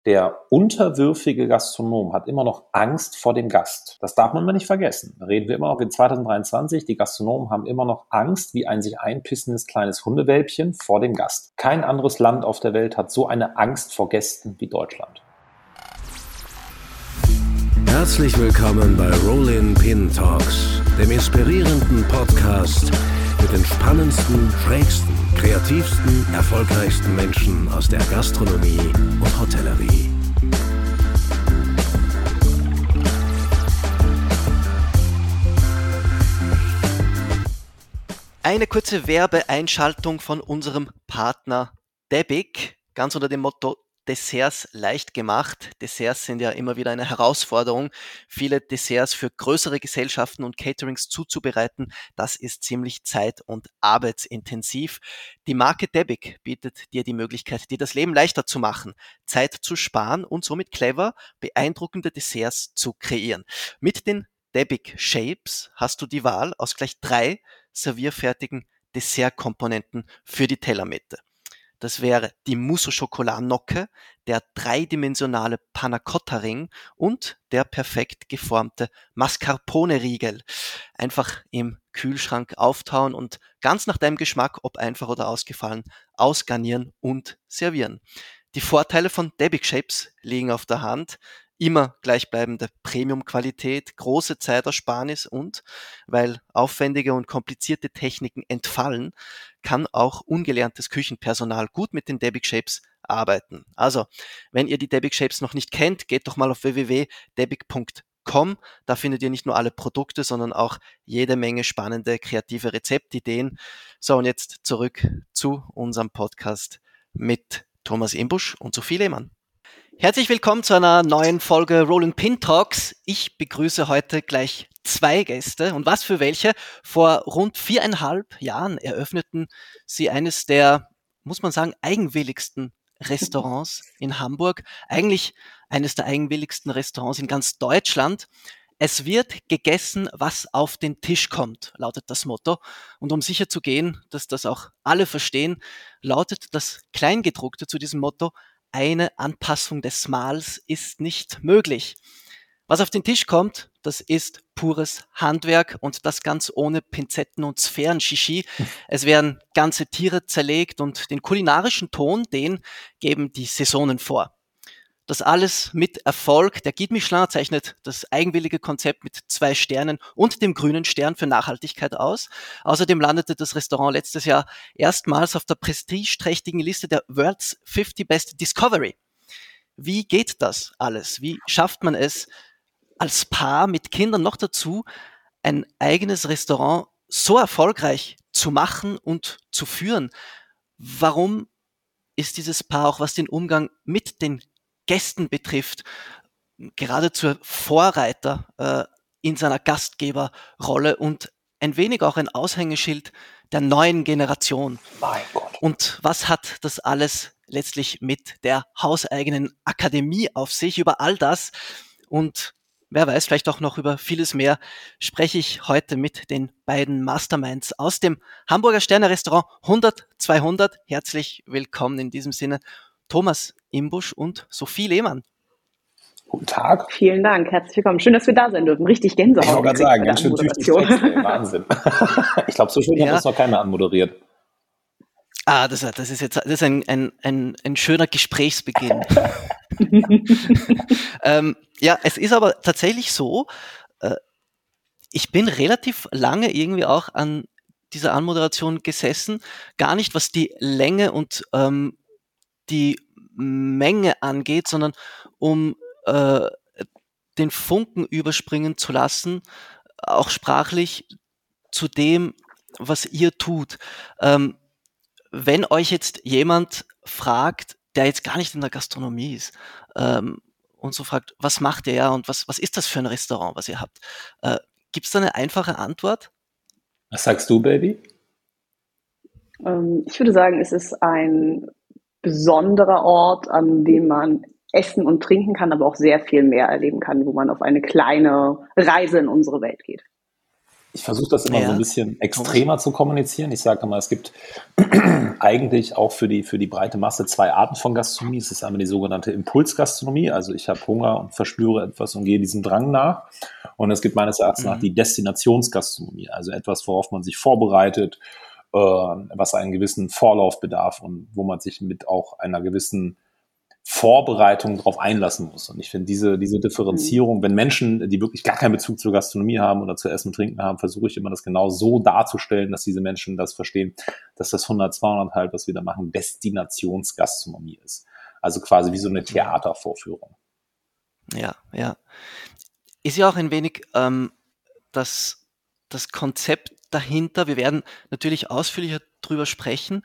Der unterwürfige Gastronom hat immer noch Angst vor dem Gast. Das darf man mal nicht vergessen. Da reden wir immer noch in 2023. Die Gastronomen haben immer noch Angst wie ein sich einpissendes kleines Hundewelpchen vor dem Gast. Kein anderes Land auf der Welt hat so eine Angst vor Gästen wie Deutschland. Herzlich willkommen bei Rollin Pin Talks, dem inspirierenden Podcast mit den spannendsten, schrägsten, kreativsten, erfolgreichsten Menschen aus der Gastronomie und Hotellerie. Eine kurze Werbeeinschaltung von unserem Partner Debic, ganz unter dem Motto Desserts leicht gemacht. Desserts sind ja immer wieder eine Herausforderung. Viele Desserts für größere Gesellschaften und Caterings zuzubereiten, das ist ziemlich zeit- und arbeitsintensiv. Die Marke Debic bietet dir die Möglichkeit, dir das Leben leichter zu machen, Zeit zu sparen und somit clever, beeindruckende Desserts zu kreieren. Mit den Debic Shapes hast du die Wahl aus gleich 3 servierfertigen Dessertkomponenten für die Tellermitte. Das wäre die Mousse-au-Chocolat-Nocke, der dreidimensionale Panna-Cotta-Ring und der perfekt geformte Mascarpone-Riegel. Einfach im Kühlschrank auftauen und ganz nach deinem Geschmack, ob einfach oder ausgefallen, ausgarnieren und servieren. Die Vorteile von Debic Shapes liegen auf der Hand. Immer gleichbleibende Premium-Qualität, große Zeitersparnis und, weil aufwendige und komplizierte Techniken entfallen, kann auch ungelerntes Küchenpersonal gut mit den Debic Shapes arbeiten. Also, wenn ihr die Debic Shapes noch nicht kennt, geht doch mal auf www.debic.com. Da findet ihr nicht nur alle Produkte, sondern auch jede Menge spannende kreative Rezeptideen. So, und jetzt zurück zu unserem Podcast mit Thomas Imbusch und Sophie Lehmann. Herzlich willkommen zu einer neuen Folge Rolling Pin Talks. Ich begrüße heute gleich 2 Gäste. Und was für welche? Vor rund 4,5 Jahren eröffneten sie eines der, muss man sagen, eigenwilligsten Restaurants in Hamburg. Eigentlich eines der eigenwilligsten Restaurants in ganz Deutschland. Es wird gegessen, was auf den Tisch kommt, lautet das Motto. Und um sicher zu gehen, dass das auch alle verstehen, lautet das Kleingedruckte zu diesem Motto: eine Anpassung des Mahls ist nicht möglich. Was auf den Tisch kommt, das ist pures Handwerk und das ganz ohne Pinzetten und Sphären-Shishi. Es werden ganze Tiere zerlegt und den kulinarischen Ton, den geben die Saisonen vor. Das alles mit Erfolg. Der Guide Michelin zeichnet das eigenwillige Konzept mit 2 Sternen und dem grünen Stern für Nachhaltigkeit aus. Außerdem landete das Restaurant letztes Jahr erstmals auf der prestigeträchtigen Liste der World's 50 Best Discovery. Wie geht das alles? Wie schafft man es als Paar mit Kindern noch dazu, ein eigenes Restaurant so erfolgreich zu machen und zu führen? Warum ist dieses Paar, auch was den Umgang mit den Gästen betrifft, geradezu Vorreiter in seiner Gastgeberrolle und ein wenig auch ein Aushängeschild der neuen Generation? Mein Gott. Und was hat das alles letztlich mit der hauseigenen Akademie auf sich? Über all das und wer weiß, vielleicht auch noch über vieles mehr spreche ich heute mit den beiden Masterminds aus dem Hamburger Sterne-Restaurant 100-200. Herzlich willkommen in diesem Sinne, Thomas Imbusch und Sophie Lehmann. Guten Tag. Vielen Dank, herzlich willkommen. Schön, dass wir da sein dürfen. Richtig Gänsehaut. Ich wollte gerade sagen, ganz schön tüchtig Text, ey. Wahnsinn. Ich glaube, so schön hat das noch keiner anmoderiert. Das ist ein schöner Gesprächsbeginn. Ja, es ist aber tatsächlich so, ich bin relativ lange irgendwie auch an dieser Anmoderation gesessen, gar nicht was die Länge und die Menge angeht, sondern um den Funken überspringen zu lassen, auch sprachlich zu dem, was ihr tut. Wenn euch jetzt jemand fragt, der jetzt gar nicht in der Gastronomie ist, und so fragt, was macht ihr ja und was ist das für ein Restaurant, was ihr habt? Gibt es da eine einfache Antwort? Was sagst du, Baby? Ich würde sagen, es ist ein besonderer Ort, an dem man essen und trinken kann, aber auch sehr viel mehr erleben kann, wo man auf eine kleine Reise in unsere Welt geht. Ich versuche das immer so ein bisschen extremer zu kommunizieren. Ich sage immer, es gibt eigentlich auch für die breite Masse 2 Arten von Gastronomie. Es ist einmal die sogenannte Impulsgastronomie, also ich habe Hunger und verspüre etwas und gehe diesem Drang nach. Und es gibt meines Erachtens nach die Destinationsgastronomie, also etwas, worauf man sich vorbereitet, was einen gewissen Vorlauf bedarf und wo man sich mit auch einer gewissen Vorbereitung darauf einlassen muss. Und ich finde diese Differenzierung, wenn Menschen, die wirklich gar keinen Bezug zur Gastronomie haben oder zu Essen und Trinken haben, versuche ich immer das genau so darzustellen, dass diese Menschen das verstehen, dass das 100-200 halt, was wir da machen, Destinationsgastronomie ist. Also quasi wie so eine Theatervorführung. Ja, ja. Ist ja auch ein wenig das Konzept dahinter. Wir werden natürlich ausführlicher drüber sprechen.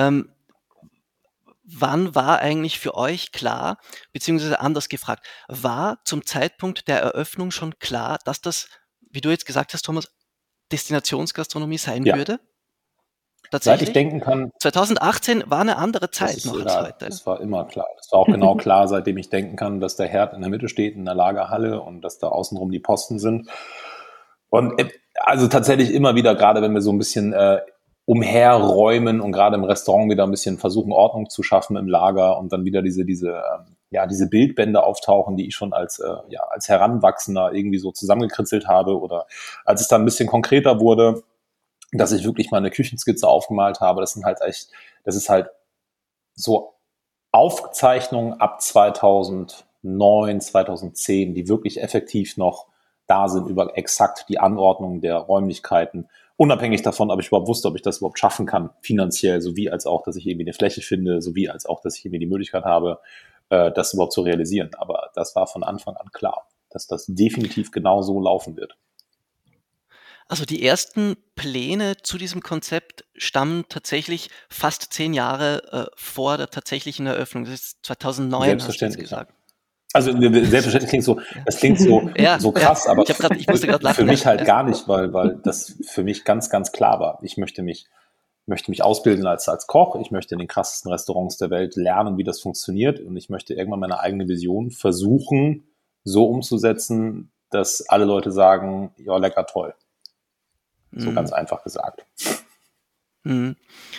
Wann war eigentlich für euch klar, beziehungsweise anders gefragt, war zum Zeitpunkt der Eröffnung schon klar, dass das, wie du jetzt gesagt hast, Thomas, Destinationsgastronomie sein würde? Tatsächlich? Seit ich denken kann. 2018 war eine andere Zeit noch als heute. Das war immer klar. Das war auch genau klar, seitdem ich denken kann, dass der Herd in der Mitte steht, in der Lagerhalle und dass da außenrum die Posten sind. Und also tatsächlich immer wieder, gerade wenn wir so ein bisschen umherräumen und gerade im Restaurant wieder ein bisschen versuchen, Ordnung zu schaffen im Lager und dann wieder diese Bildbände auftauchen, die ich schon als Heranwachsender irgendwie so zusammengekritzelt habe, oder als es dann ein bisschen konkreter wurde, dass ich wirklich mal eine Küchenskizze aufgemalt habe. Das ist halt so Aufzeichnungen ab 2009, 2010, die wirklich effektiv noch da sind über exakt die Anordnung der Räumlichkeiten, unabhängig davon, ob ich überhaupt wusste, ob ich das überhaupt schaffen kann, finanziell, sowie als auch, dass ich irgendwie eine Fläche finde, sowie als auch, dass ich irgendwie die Möglichkeit habe, das überhaupt zu realisieren. Aber das war von Anfang an klar, dass das definitiv genau so laufen wird. Also die ersten Pläne zu diesem Konzept stammen tatsächlich fast 10 Jahre vor der tatsächlichen Eröffnung. Das ist 2009, selbstverständlich, hast du jetzt gesagt. Also selbstverständlich klingt so krass, aber ich musste gerade lachen. Für mich halt gar nicht, weil das für mich ganz, ganz klar war. Ich möchte mich ausbilden als Koch. Ich möchte in den krassesten Restaurants der Welt lernen, wie das funktioniert. Und ich möchte irgendwann meine eigene Vision versuchen, so umzusetzen, dass alle Leute sagen, ja, lecker, toll. So ganz einfach gesagt. Ihr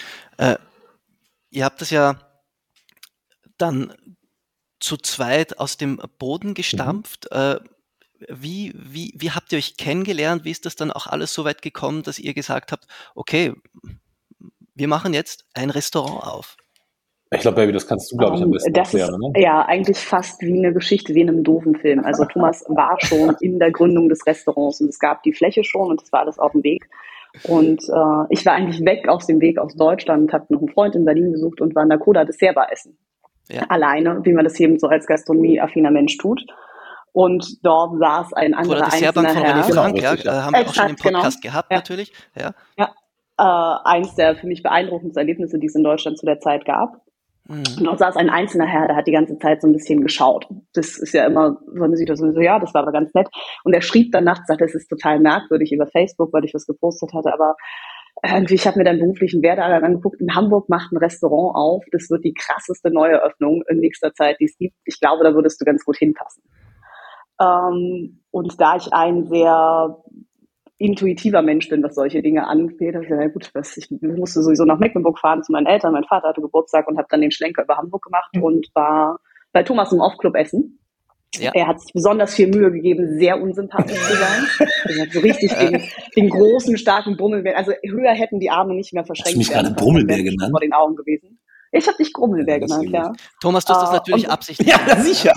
habt das ja dann zu zweit aus dem Boden gestampft. Wie habt ihr euch kennengelernt? Wie ist das dann auch alles so weit gekommen, dass ihr gesagt habt, okay, wir machen jetzt ein Restaurant auf? Ich glaube, Baby, das kannst du, glaube ich, am besten erklären, ne? Ja, eigentlich fast wie eine Geschichte, wie in einem doofen Film. Also Thomas war schon in der Gründung des Restaurants und es gab die Fläche schon und es war alles auf dem Weg. Und ich war eigentlich weg aus dem Weg aus Deutschland, habe noch einen Freund in Berlin besucht und war in der Coda Dessertbar essen. Ja. Alleine, wie man das eben so als gastronomie-affiner Mensch tut. Und dort saß ein anderer einzelner Herr. Frank, haben wir auch schon im Podcast gehabt, natürlich. Ja. Eins der für mich beeindruckendsten Erlebnisse, die es in Deutschland zu der Zeit gab. Und dort saß ein einzelner Herr, der hat die ganze Zeit so ein bisschen geschaut. Das ist ja immer, man sieht das so, ja, das war aber ganz nett. Und er schrieb dann nachts, sagte, es ist total merkwürdig über Facebook, weil ich was gepostet hatte, aber irgendwie, ich habe mir deinen beruflichen Werdegang angeguckt, in Hamburg macht ein Restaurant auf, das wird die krasseste Neueröffnung in nächster Zeit, die es gibt. Ich glaube, da würdest du ganz gut hinpassen. Und da ich ein sehr intuitiver Mensch bin, was solche Dinge angeht, habe ich gesagt, ja gut, ich musste sowieso nach Mecklenburg fahren zu meinen Eltern, mein Vater hatte Geburtstag und habe dann den Schlenker über Hamburg gemacht und war bei Thomas im Off-Club essen. Ja. Er hat sich besonders viel Mühe gegeben, sehr unsympathisch zu sein. Er hat so richtig den großen, starken Brummelbär, also höher hätten die Arme nicht mehr verschränkt. Hast du mich gerade Brummelbär genannt? Vor den Augen gewesen. Ich habe dich Grummelbär genannt, ja. Thomas, du hast das natürlich absichtlich. Ja, sicher.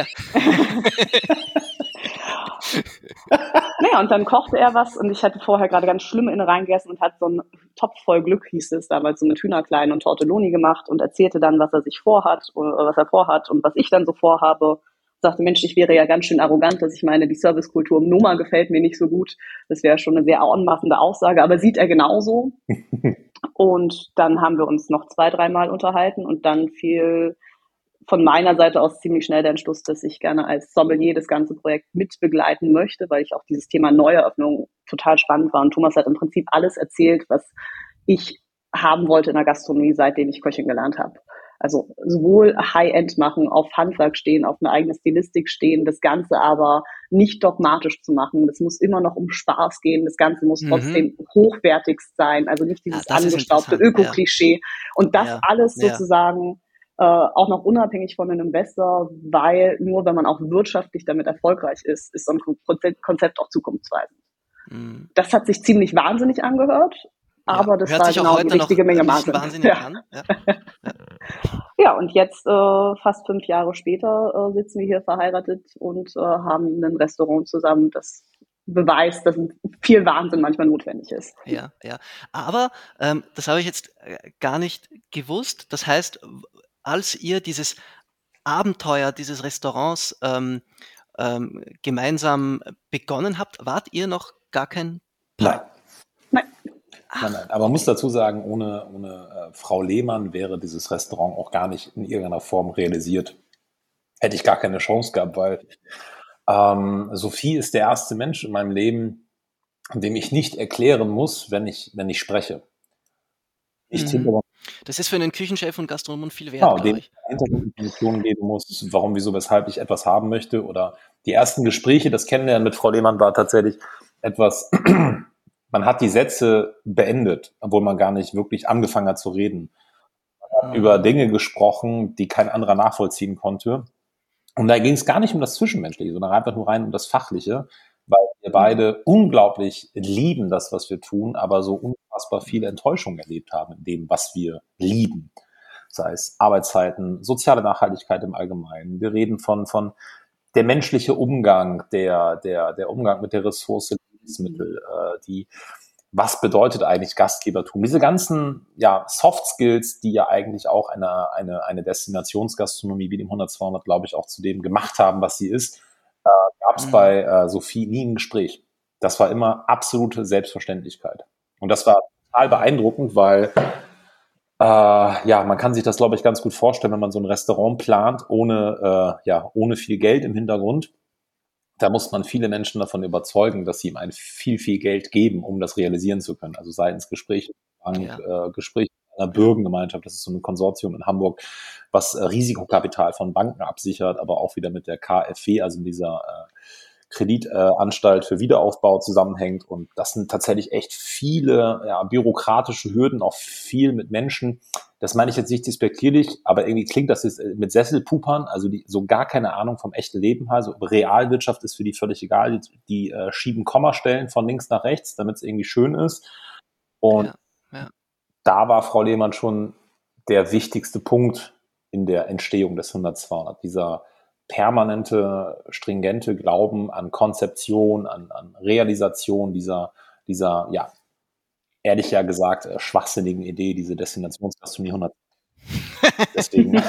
Naja, und dann kochte er was und ich hatte vorher gerade ganz schlimme Innereien gegessen und hat so einen Topf voll Glück, hieß es damals, so mit Hühnerklein und Tortelloni gemacht und erzählte dann, was er vorhat und was ich dann so vorhabe. Sagte, Mensch, ich wäre ja ganz schön arrogant, dass ich meine, die Servicekultur im Noma gefällt mir nicht so gut. Das wäre schon eine sehr anmaßende Aussage, aber sieht er genauso. Und dann haben wir uns noch 2-3 Mal unterhalten und dann fiel von meiner Seite aus ziemlich schnell der Entschluss, dass ich gerne als Sommelier das ganze Projekt mitbegleiten möchte, weil ich auch dieses Thema Neueröffnung total spannend war. Und Thomas hat im Prinzip alles erzählt, was ich haben wollte in der Gastronomie, seitdem ich Köchin gelernt habe. Also sowohl High-End machen, auf Handwerk stehen, auf eine eigene Stilistik stehen, das Ganze aber nicht dogmatisch zu machen. Das muss immer noch um Spaß gehen. Das Ganze muss trotzdem hochwertigst sein. Also nicht dieses angestaubte Öko-Klischee. Und das alles sozusagen auch noch unabhängig von einem Investor, weil nur wenn man auch wirtschaftlich damit erfolgreich ist, ist so ein Konzept auch zukunftsweisend. Das hat sich ziemlich wahnsinnig angehört. Aber das war genau die richtige Menge Marke. Ja, und jetzt fast 5 Jahre später sitzen wir hier verheiratet und haben ein Restaurant zusammen, das beweist, dass viel Wahnsinn manchmal notwendig ist. Ja. Aber das habe ich jetzt gar nicht gewusst. Das heißt, als ihr dieses Abenteuer dieses Restaurants gemeinsam begonnen habt, wart ihr noch gar kein Paar? Nein. Aber man muss dazu sagen, ohne Frau Lehmann wäre dieses Restaurant auch gar nicht in irgendeiner Form realisiert. Hätte ich gar keine Chance gehabt, weil Sophie ist der erste Mensch in meinem Leben, dem ich nicht erklären muss, wenn ich spreche. Das ist für einen Küchenchef und Gastronomen viel wert, dem ich Hintergrundinformationen geben muss, warum, wieso, weshalb ich etwas haben möchte. Oder die ersten Gespräche, das Kennenlernen mit Frau Lehmann war tatsächlich etwas... Man hat die Sätze beendet, obwohl man gar nicht wirklich angefangen hat zu reden. Man hat über Dinge gesprochen, die kein anderer nachvollziehen konnte. Und da ging es gar nicht um das Zwischenmenschliche, sondern einfach nur rein um das Fachliche, weil wir beide unglaublich lieben, das, was wir tun, aber so unfassbar viele Enttäuschungen erlebt haben in dem, was wir lieben. Sei es Arbeitszeiten, soziale Nachhaltigkeit im Allgemeinen. Wir reden von der menschliche Umgang, der Umgang mit der Ressource Lebensmittel, was bedeutet eigentlich Gastgebertum? Diese ganzen Soft Skills, die ja eigentlich auch eine Destinationsgastronomie wie dem 100-200, glaube ich, auch zu dem gemacht haben, was sie ist, gab es bei Sophie nie ein Gespräch. Das war immer absolute Selbstverständlichkeit. Und das war total beeindruckend, weil man kann sich das, glaube ich, ganz gut vorstellen, wenn man so ein Restaurant plant, ohne viel Geld im Hintergrund. Da muss man viele Menschen davon überzeugen, dass sie ihm ein viel, viel Geld geben, um das realisieren zu können. Also seitens Gespräche mit der Bank, Gespräche mit einer Bürgengemeinschaft, das ist so ein Konsortium in Hamburg, was Risikokapital von Banken absichert, aber auch wieder mit der KfW, also mit dieser Kreditanstalt für Wiederaufbau zusammenhängt. Und das sind tatsächlich echt viele bürokratische Hürden, auch viel mit Menschen. Das meine ich jetzt nicht despektierlich, aber irgendwie klingt das jetzt mit Sesselpupern, also die so gar keine Ahnung vom echten Leben haben. Also Realwirtschaft ist für die völlig egal. Die schieben Kommastellen von links nach rechts, damit es irgendwie schön ist. Und da war Frau Lehmann schon der wichtigste Punkt in der Entstehung des 100-200. Dieser permanente, stringente Glauben an Konzeption, an Realisation dieser ehrlich gesagt, schwachsinnigen Idee, diese Destinationsgastronomie 100. Deswegen.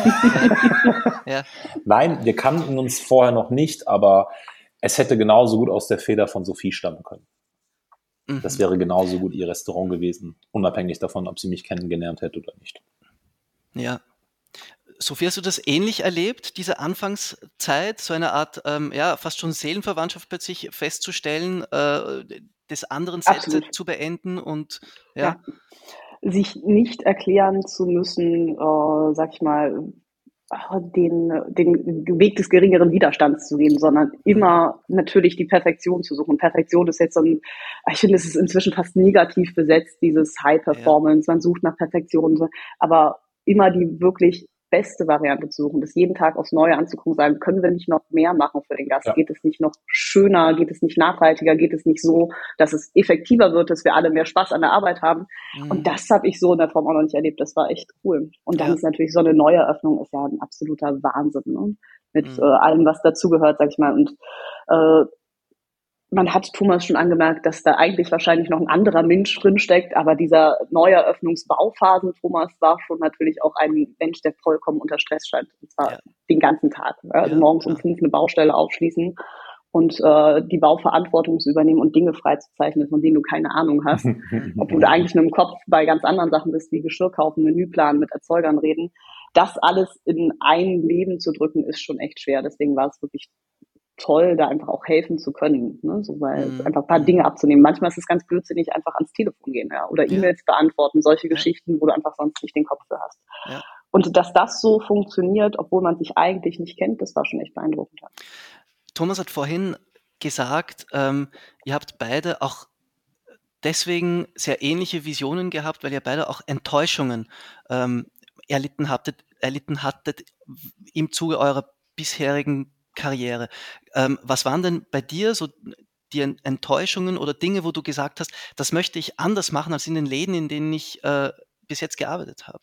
Nein, wir kannten uns vorher noch nicht, aber es hätte genauso gut aus der Feder von Sophie stammen können. Das wäre genauso gut ihr Restaurant gewesen, unabhängig davon, ob sie mich kennengelernt hätte oder nicht. Ja. Sophie, hast du das ähnlich erlebt, diese Anfangszeit, so eine Art, fast schon Seelenverwandtschaft plötzlich festzustellen, des anderen Sätze zu beenden und sich nicht erklären zu müssen, sag ich mal, den Weg des geringeren Widerstands zu gehen, sondern immer natürlich die Perfektion zu suchen. Perfektion ist jetzt ich finde, es ist inzwischen fast negativ besetzt, dieses High Performance, man sucht nach Perfektion, aber immer die wirklich beste Variante zu suchen, das jeden Tag aufs Neue anzugucken, sagen, können wir nicht noch mehr machen für den Gast? Ja. Geht es nicht noch schöner? Geht es nicht nachhaltiger? Geht es nicht so, dass es effektiver wird, dass wir alle mehr Spaß an der Arbeit haben? Und das habe ich so in der Form auch noch nicht erlebt. Das war echt cool. Und dann ist natürlich so eine Neueröffnung ist ja ein absoluter Wahnsinn, ne? Mit allem, was dazugehört, sag ich mal. Und man hat Thomas schon angemerkt, dass da eigentlich wahrscheinlich noch ein anderer Mensch drinsteckt, aber dieser Neueröffnungsbauphasen Thomas war schon natürlich auch ein Mensch, der vollkommen unter Stress stand. Und zwar den ganzen Tag. Also morgens um 5 eine Baustelle aufschließen und die Bauverantwortung zu übernehmen und Dinge freizuzeichnen, von denen du keine Ahnung hast. Obwohl du eigentlich nur im Kopf bei ganz anderen Sachen bist, wie Geschirr kaufen, Menüplan, mit Erzeugern reden. Das alles in ein Leben zu drücken, ist schon echt schwer. Deswegen war es wirklich toll, da einfach auch helfen zu können, ne? So, weil einfach ein paar Dinge abzunehmen. Manchmal ist es ganz blödsinnig, einfach ans Telefon gehen, oder E-Mails beantworten, solche Geschichten, wo du einfach sonst nicht den Kopf für hast. Und dass das so funktioniert, obwohl man sich eigentlich nicht kennt, das war schon echt beeindruckend. Thomas hat vorhin gesagt, ihr habt beide auch deswegen sehr ähnliche Visionen gehabt, weil ihr beide auch Enttäuschungen erlitten hattet im Zuge eurer bisherigen Karriere. Was waren denn bei dir so die Enttäuschungen oder Dinge, wo du gesagt hast, das möchte ich anders machen als in den Läden, in denen ich bis jetzt gearbeitet habe?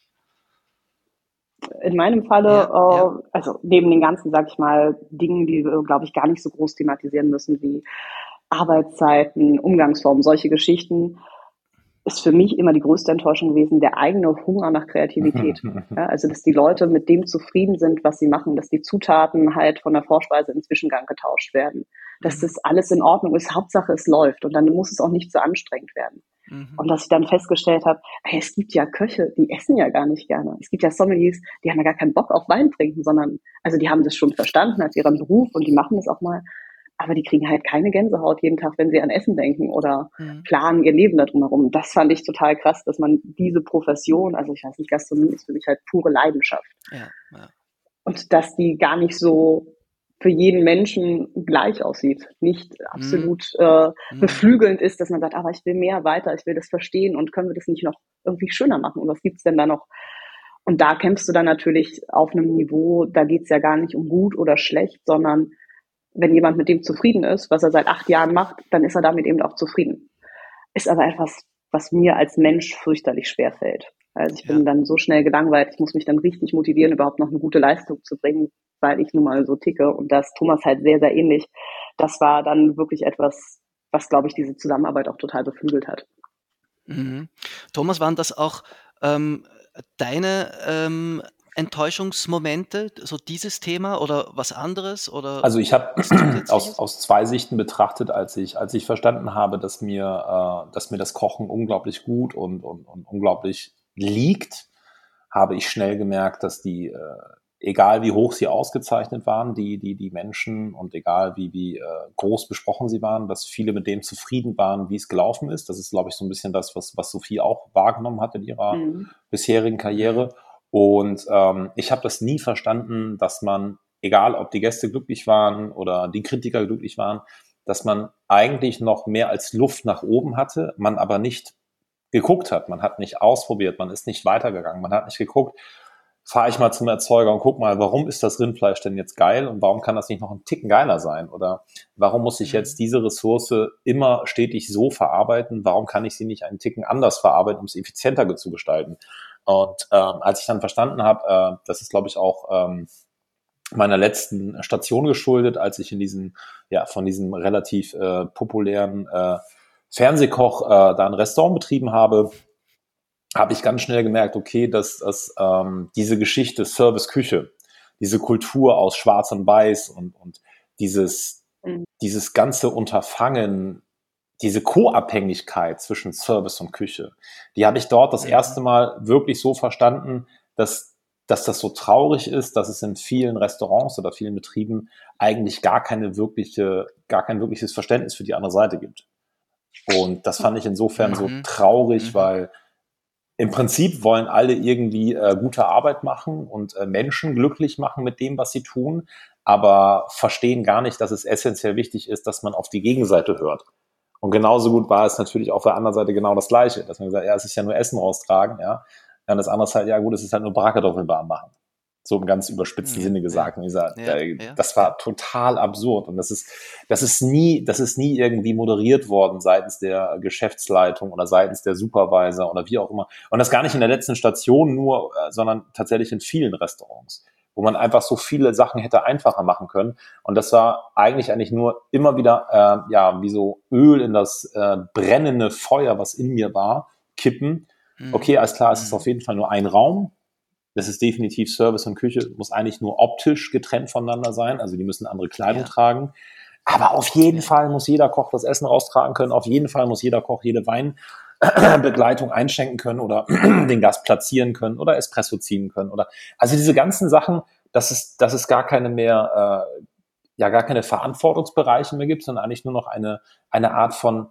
In meinem Falle, also neben den ganzen, sag ich mal, Dingen, die wir, glaube ich, gar nicht so groß thematisieren müssen, wie Arbeitszeiten, Umgangsformen, solche Geschichten, ist für mich immer die größte Enttäuschung gewesen, der eigene Hunger nach Kreativität. Ja, also, dass die Leute mit dem zufrieden sind, was sie machen, dass die Zutaten halt von der Vorspeise in Zwischengang getauscht werden, dass das alles in Ordnung ist, Hauptsache es läuft und dann muss es auch nicht so anstrengend werden. Und dass ich dann festgestellt habe, hey, es gibt ja Köche, die essen ja gar nicht gerne. Es gibt ja Sommeliers, die haben ja gar keinen Bock auf Wein trinken, sondern, also die haben das schon verstanden als ihren Beruf und die machen das auch mal. Aber die kriegen halt keine Gänsehaut jeden Tag, wenn sie an Essen denken oder planen ihr Leben da drumherum. Das fand ich total krass, dass man diese Profession, also ich weiß nicht, Gastronomie ist für mich halt pure Leidenschaft. Ja. Und dass die gar nicht so für jeden Menschen gleich aussieht, nicht absolut beflügelnd ist, dass man sagt, aber ich will mehr weiter, ich will das verstehen und können wir das nicht noch irgendwie schöner machen und was gibt's denn da noch? Und da kämpfst du dann natürlich auf einem Niveau, da geht's ja gar nicht um gut oder schlecht, sondern wenn jemand mit dem zufrieden ist, was er seit 8 Jahren macht, dann ist er damit eben auch zufrieden. Ist aber etwas, was mir als Mensch fürchterlich schwer fällt. Also ich bin dann so schnell gelangweilt, ich muss mich dann richtig motivieren, überhaupt noch eine gute Leistung zu bringen, weil ich nun mal so ticke und das Thomas halt sehr, sehr ähnlich. Das war dann wirklich etwas, was, glaube ich, diese Zusammenarbeit auch total beflügelt hat. Thomas, waren das auch deine Enttäuschungsmomente, so dieses Thema oder was anderes? Oder also ich habe aus 2 Sichten betrachtet, als ich verstanden habe, dass mir das Kochen unglaublich gut und unglaublich liegt, habe ich schnell gemerkt, dass die, egal wie hoch sie ausgezeichnet waren, die Menschen und egal wie groß besprochen sie waren, dass viele mit dem zufrieden waren, wie es gelaufen ist. Das ist, glaube ich, so ein bisschen das, was Sophie auch wahrgenommen hat in ihrer bisherigen Karriere. Und ich habe das nie verstanden, dass man, egal ob die Gäste glücklich waren oder die Kritiker glücklich waren, dass man eigentlich noch mehr als Luft nach oben hatte, man aber nicht geguckt hat, man hat nicht ausprobiert, man ist nicht weitergegangen, man hat nicht geguckt, fahre ich mal zum Erzeuger und guck mal, warum ist das Rindfleisch denn jetzt geil und warum kann das nicht noch ein Ticken geiler sein? Oder warum muss ich jetzt diese Ressource immer stetig so verarbeiten? Warum kann ich sie nicht einen Ticken anders verarbeiten, um es effizienter zu gestalten? Und als ich dann verstanden habe, das ist, glaube ich, auch meiner letzten Station geschuldet, als ich von diesem relativ populären Fernsehkoch da ein Restaurant betrieben habe ich ganz schnell gemerkt, okay, dass diese Geschichte Service-Küche, diese Kultur aus Schwarz und Weiß und dieses ganze Unterfangen, diese Co-Abhängigkeit zwischen Service und Küche, die habe ich dort das erste Mal wirklich so verstanden, dass das so traurig ist, dass es in vielen Restaurants oder vielen Betrieben eigentlich gar kein wirkliches Verständnis für die andere Seite gibt. Und das fand ich insofern so traurig, weil im Prinzip wollen alle irgendwie gute Arbeit machen und Menschen glücklich machen mit dem, was sie tun, aber verstehen gar nicht, dass es essentiell wichtig ist, dass man auf die Gegenseite hört. Und genauso gut war es natürlich auf der anderen Seite genau das Gleiche, dass man gesagt, ja, es ist ja nur Essen raustragen, ja. Dann das andere ist halt, ja gut, es ist halt nur Bratkartoffeln warm machen. So im ganz überspitzten Sinne gesagt. Und ich sag, das war total absurd. Und das ist nie irgendwie moderiert worden seitens der Geschäftsleitung oder seitens der Supervisor oder wie auch immer. Und das gar nicht in der letzten Station nur, sondern tatsächlich in vielen Restaurants, wo man einfach so viele Sachen hätte einfacher machen können. Und das war eigentlich nur immer wieder, wie so Öl in das brennende Feuer, was in mir war, kippen. Okay, alles klar, es ist auf jeden Fall nur ein Raum. Das ist definitiv Service und Küche, muss eigentlich nur optisch getrennt voneinander sein. Also die müssen andere Kleidung tragen. Aber auf jeden Fall muss jeder Koch das Essen raustragen können. Auf jeden Fall muss jeder Koch jede Weinbegleitung einschenken können oder den Gast platzieren können oder Espresso ziehen können. Also diese ganzen Sachen, dass es gar keine mehr, gar keine Verantwortungsbereiche mehr gibt, sondern eigentlich nur noch eine Art von,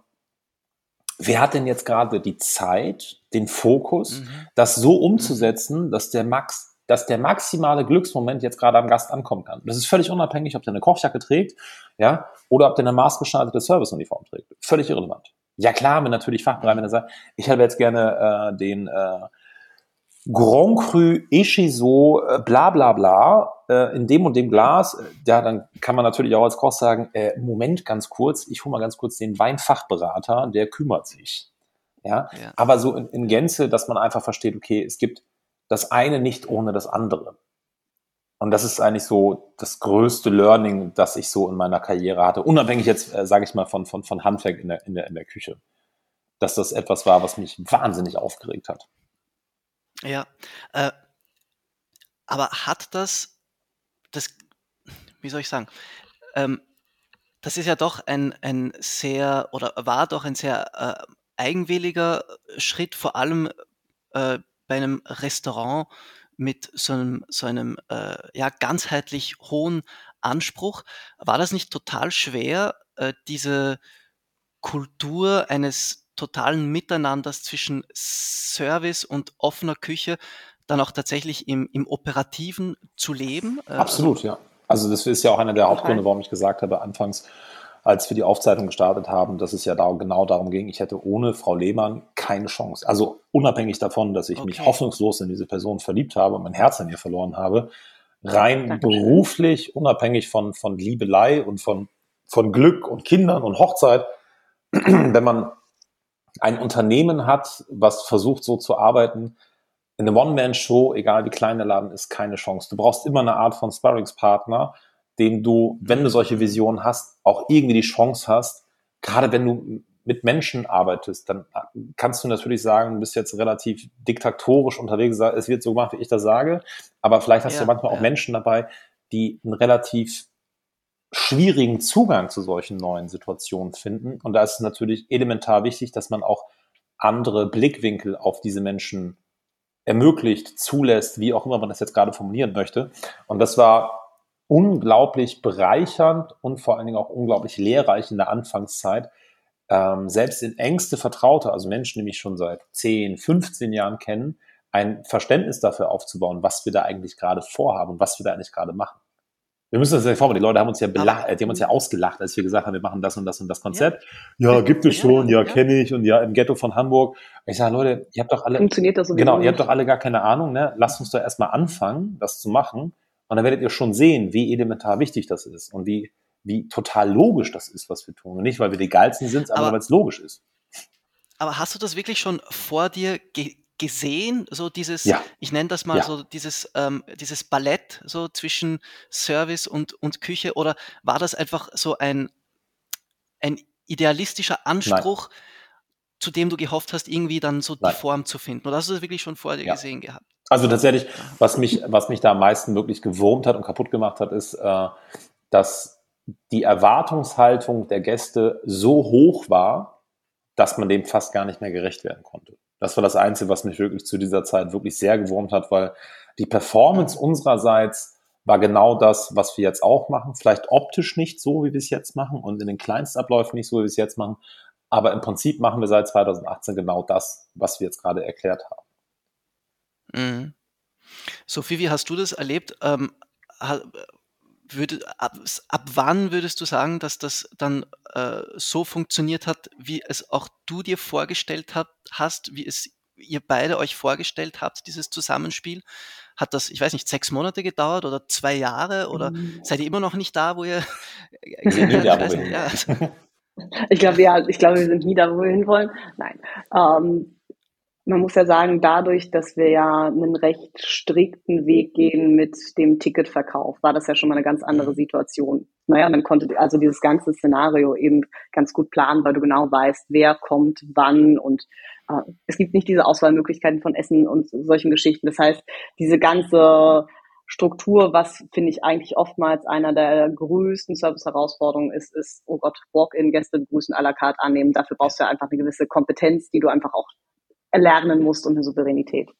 wer hat denn jetzt gerade die Zeit, den Fokus, das so umzusetzen, dass der Max dass der maximale Glücksmoment jetzt gerade am Gast ankommen kann. Das ist völlig unabhängig, ob der eine Kochjacke trägt, ja, oder ob der eine maßgeschneiderte Serviceuniform trägt. Völlig irrelevant. Ja klar, wenn natürlich Fachbereich, wenn er sagt, ich hätte jetzt gerne den Grand Cru Echezeaux, bla bla bla, in dem und dem Glas, ja, dann kann man natürlich auch als Koch sagen, Moment, ganz kurz, ich hole mal ganz kurz den Weinfachberater, der kümmert sich. Ja, Ja. aber so in Gänze, dass man einfach versteht, okay, es gibt das eine nicht ohne das andere. Und das ist eigentlich so das größte Learning, das ich so in meiner Karriere hatte, unabhängig jetzt, sage ich mal, von Handwerk in der Küche. Dass das etwas war, was mich wahnsinnig aufgeregt hat. Ja, aber hat das, wie soll ich sagen, ähm, das ist ja doch ein sehr, oder war doch ein sehr eigenwilliger Schritt, vor allem bei einem Restaurant mit so einem ja, ganzheitlich hohen Anspruch. War das nicht total schwer, diese Kultur eines totalen Miteinanders zwischen Service und offener Küche dann auch tatsächlich im Operativen zu leben? Absolut, ja. Also das ist ja auch einer der Hauptgründe, warum ich gesagt habe, anfangs, als wir die Aufzeichnung gestartet haben, dass es ja genau darum ging, ich hätte ohne Frau Lehmann keine Chance. Also unabhängig davon, dass ich mich hoffnungslos in diese Person verliebt habe und mein Herz an ihr verloren habe, rein beruflich, unabhängig von Liebelei und von Glück und Kindern und Hochzeit, wenn man ein Unternehmen hat, was versucht so zu arbeiten, in einer One-Man-Show, egal wie klein der Laden ist, keine Chance. Du brauchst immer eine Art von Sparringspartner, dem du, wenn du solche Visionen hast, auch irgendwie die Chance hast, gerade wenn du mit Menschen arbeitest, dann kannst du natürlich sagen, du bist jetzt relativ diktatorisch unterwegs, es wird so gemacht, wie ich das sage, aber vielleicht hast du manchmal auch Menschen dabei, die einen relativ schwierigen Zugang zu solchen neuen Situationen finden. Und da ist es natürlich elementar wichtig, dass man auch andere Blickwinkel auf diese Menschen ermöglicht, zulässt, wie auch immer man das jetzt gerade formulieren möchte. Und das war unglaublich bereichernd und vor allen Dingen auch unglaublich lehrreich in der Anfangszeit, selbst in engste Vertraute, also Menschen, die mich schon seit 10, 15 Jahren kennen, ein Verständnis dafür aufzubauen, was wir da eigentlich gerade vorhaben und was wir da eigentlich gerade machen. Wir müssen das ja vorstellen, die Leute haben uns ja die haben uns ja ausgelacht, als wir gesagt haben, wir machen das und das und das Konzept. Ja, gibt es schon, ja, kenne ich, und ja, im Ghetto von Hamburg. Ich sage, Leute, ihr habt doch alle, funktioniert das so genau, ihr habt doch alle gar keine Ahnung, ne? Lasst uns doch erstmal anfangen, das zu machen, und dann werdet ihr schon sehen, wie elementar wichtig das ist und wie total logisch das ist, was wir tun. Und nicht, weil wir die Geilsten sind, sondern weil es logisch ist. Aber hast du das wirklich schon vor dir gesehen, so dieses, ich nenne das mal so dieses Ballett so zwischen Service und Küche, oder war das einfach so ein idealistischer Anspruch, zu dem du gehofft hast, irgendwie dann so die Form zu finden? Oder hast du das wirklich schon vor dir gesehen gehabt? Also tatsächlich, was mich da am meisten wirklich gewurmt hat und kaputt gemacht hat, ist, dass die Erwartungshaltung der Gäste so hoch war, dass man dem fast gar nicht mehr gerecht werden konnte. Das war das Einzige, was mich wirklich zu dieser Zeit wirklich sehr gewurmt hat, weil die Performance unsererseits war genau das, was wir jetzt auch machen. Vielleicht optisch nicht so, wie wir es jetzt machen, und in den Kleinstabläufen nicht so, wie wir es jetzt machen. Aber im Prinzip machen wir seit 2018 genau das, was wir jetzt gerade erklärt haben. Mhm. Sophie, wie hast du das erlebt? Ab wann würdest du sagen, dass das dann so funktioniert hat, wie es auch du dir vorgestellt hast, wie es ihr beide euch vorgestellt habt, dieses Zusammenspiel? Hat das, ich weiß nicht, 6 Monate gedauert oder 2 Jahre, oder seid ihr immer noch nicht da, wo ihr sind nie da, wo wir hin. Ich glaube, wir sind nie da, wo wir hinwollen. Nein. Man muss ja sagen, dadurch, dass wir ja einen recht strikten Weg gehen mit dem Ticketverkauf, war das ja schon mal eine ganz andere Situation. Naja, man konnte also dieses ganze Szenario eben ganz gut planen, weil du genau weißt, wer kommt, wann, und es gibt nicht diese Auswahlmöglichkeiten von Essen und solchen Geschichten. Das heißt, diese ganze Struktur, was finde ich eigentlich oftmals einer der größten Service-Herausforderungen ist, oh Gott, Walk-in-Gäste begrüßen, à la carte annehmen. Dafür brauchst du ja einfach eine gewisse Kompetenz, die du einfach auch erlernen musst, und eine Souveränität.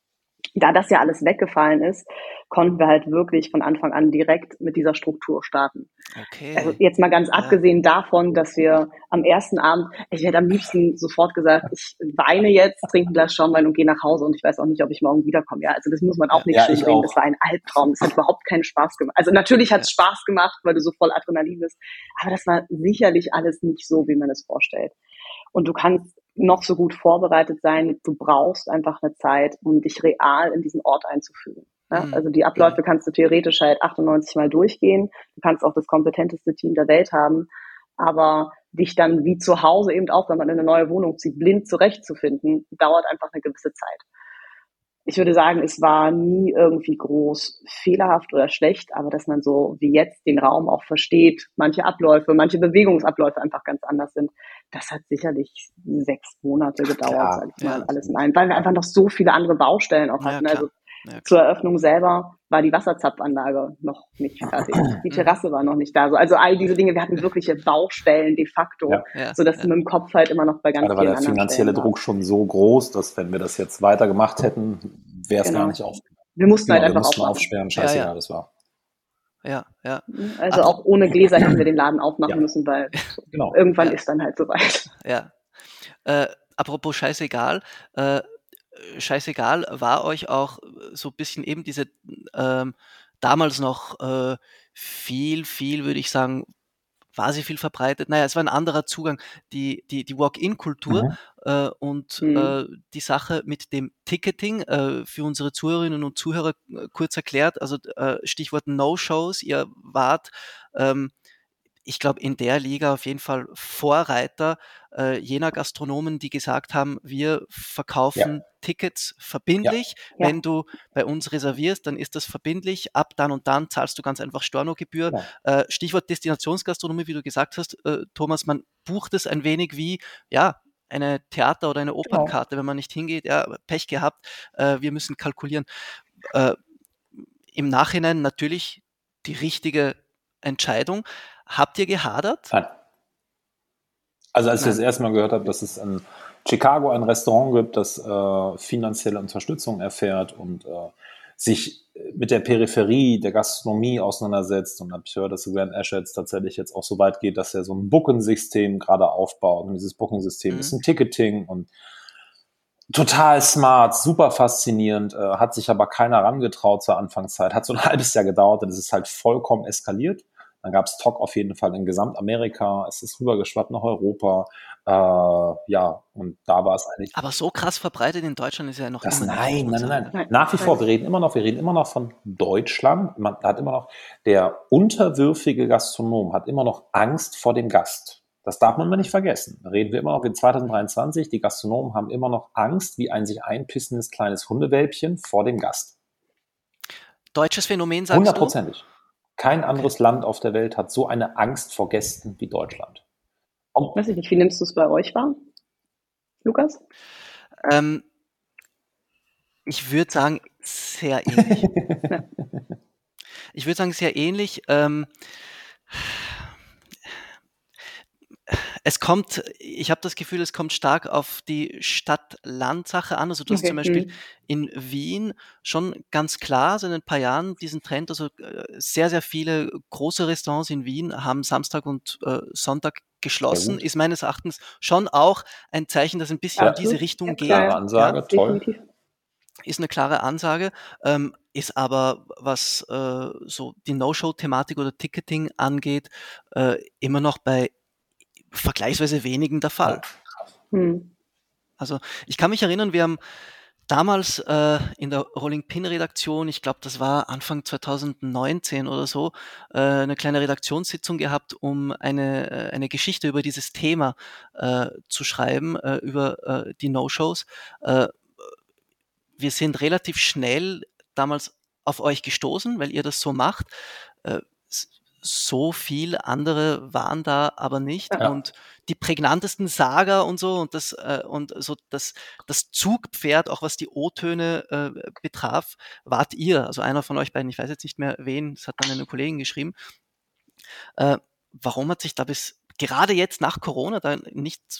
Da das ja alles weggefallen ist, konnten wir halt wirklich von Anfang an direkt mit dieser Struktur starten. Also Okay. jetzt mal ganz abgesehen davon, dass wir am ersten Abend, ich hätte am liebsten sofort gesagt, ich weine jetzt, trinke ein Glas Schaumwein und gehe nach Hause und ich weiß auch nicht, ob ich morgen wiederkomme. Ja, also das muss man auch nicht Ja, schön ich reden. Das auch. war ein Albtraum. Es hat überhaupt keinen Spaß gemacht. Also natürlich hat es Spaß gemacht, weil du so voll Adrenalin bist. Aber das war sicherlich alles nicht so, wie man es vorstellt. Und du kannst noch so gut vorbereitet sein. Du brauchst einfach eine Zeit, um dich real in diesen Ort einzufügen. Ja, also die Abläufe kannst du theoretisch halt 98 Mal durchgehen. Du kannst auch das kompetenteste Team der Welt haben. Aber dich dann wie zu Hause eben auch, wenn man in eine neue Wohnung zieht, blind zurechtzufinden, dauert einfach eine gewisse Zeit. Ich würde sagen, es war nie irgendwie groß fehlerhaft oder schlecht, aber dass man so wie jetzt den Raum auch versteht, manche Abläufe, manche Bewegungsabläufe einfach ganz anders sind, das hat sicherlich 6 Monate gedauert, Klar. sag ich mal, alles in allem, weil wir einfach noch so viele andere Baustellen auch Ja, hatten. klar. Also Ja, zur klar. Eröffnung selber war die Wasserzapfanlage noch nicht fertig. Die Terrasse war noch nicht da. Also all diese Dinge, wir hatten wirkliche Baustellen de facto, Ja. Ja, sodass du ja. mit dem Kopf halt immer noch bei ganz Gerade war vielen der anderen finanzielle Stellen Druck warst. schon so groß, dass wenn wir das jetzt weiter gemacht hätten, wäre es gar Genau. nicht aufgegangen. Wir mussten halt Genau, wir einfach mussten aufmachen. aufsperren, Ja, ja. scheißegal, das war. Ja, ja. Also auch ohne Gläser hätten wir den Laden aufmachen Ja. müssen, weil Genau. irgendwann Ja. ist dann halt soweit. Ja. Apropos scheißegal, scheißegal war euch auch so ein bisschen eben diese damals noch viel, würde ich sagen, war sie viel verbreitet? Naja, es war ein anderer Zugang, die Walk-in-Kultur und die Sache mit dem Ticketing für unsere Zuhörerinnen und Zuhörer kurz erklärt, also Stichwort No-Shows, ihr wart ich glaube, in der Liga auf jeden Fall Vorreiter jener Gastronomen, die gesagt haben, wir verkaufen Tickets verbindlich. Ja. Wenn du bei uns reservierst, dann ist das verbindlich. Ab dann und dann zahlst du ganz einfach Stornogebühr. Genau. Stichwort Destinationsgastronomie, wie du gesagt hast, Thomas, man bucht es ein wenig wie, ja, eine Theater- oder eine Opernkarte, wenn man nicht hingeht, ja, Pech gehabt, wir müssen kalkulieren. Im Nachhinein natürlich die richtige Entscheidung. Habt ihr gehadert? Nein. Also als ich Nein. das erste Mal gehört habe, dass es in Chicago ein Restaurant gibt, das finanzielle Unterstützung erfährt und sich mit der Peripherie der Gastronomie auseinandersetzt, und habe ich gehört, dass Grand Asher tatsächlich jetzt auch so weit geht, dass er so ein Booking-System gerade aufbaut, und dieses Booking-System ist ein Ticketing und total smart, super faszinierend, hat sich aber keiner rangetraut zur Anfangszeit, hat so ein halbes Jahr gedauert und es ist halt vollkommen eskaliert. Dann gab es TOC auf jeden Fall in Gesamtamerika, es ist rübergeschwappt nach Europa, ja, und da war es eigentlich... Aber so krass verbreitet in Deutschland ist ja noch Das, immer nicht. nein. Nein. Nach wie vor, wir reden immer noch von Deutschland. Man hat immer noch, der unterwürfige Gastronom hat immer noch Angst vor dem Gast. Das darf man mal nicht vergessen. Da reden wir immer noch in 2023. Die Gastronomen haben immer noch Angst wie ein sich einpissendes kleines Hundewelpchen vor dem Gast. Deutsches Phänomen, sagst du? 100%. Kein anderes Land auf der Welt hat so eine Angst vor Gästen wie Deutschland. Weiß ich nicht, wie nimmst du es bei euch wahr, Lukas? Ich würde sagen, sehr ähnlich. Ich würde sagen, sehr ähnlich. Ich habe das Gefühl, es kommt stark auf die Stadt-Land-Sache an. Also du hast zum Beispiel in Wien schon ganz klar seit ein paar Jahren diesen Trend, also sehr, sehr viele große Restaurants in Wien haben Samstag und Sonntag geschlossen, ist meines Erachtens schon auch ein Zeichen, das ein bisschen in diese Richtung geht. Klare Ansage, toll. Definitiv. Ist eine klare Ansage, ist aber, was so die No-Show-Thematik oder Ticketing angeht, immer noch bei vergleichsweise wenigen der Fall. Also ich kann mich erinnern, wir haben damals in der Rolling Pin Redaktion, ich glaube, das war Anfang 2019 oder so, eine kleine Redaktionssitzung gehabt, um eine Geschichte über dieses Thema zu schreiben, über die No-Shows. Wir sind relativ schnell damals auf euch gestoßen, weil ihr das so macht. So viel andere waren da aber nicht. Ja. Und die prägnantesten Saga und so und das Zugpferd, auch was die O-Töne betraf, wart ihr. Also einer von euch beiden, ich weiß jetzt nicht mehr wen, das hat dann eine Kollegin geschrieben. Warum hat sich da gerade jetzt nach Corona da nichts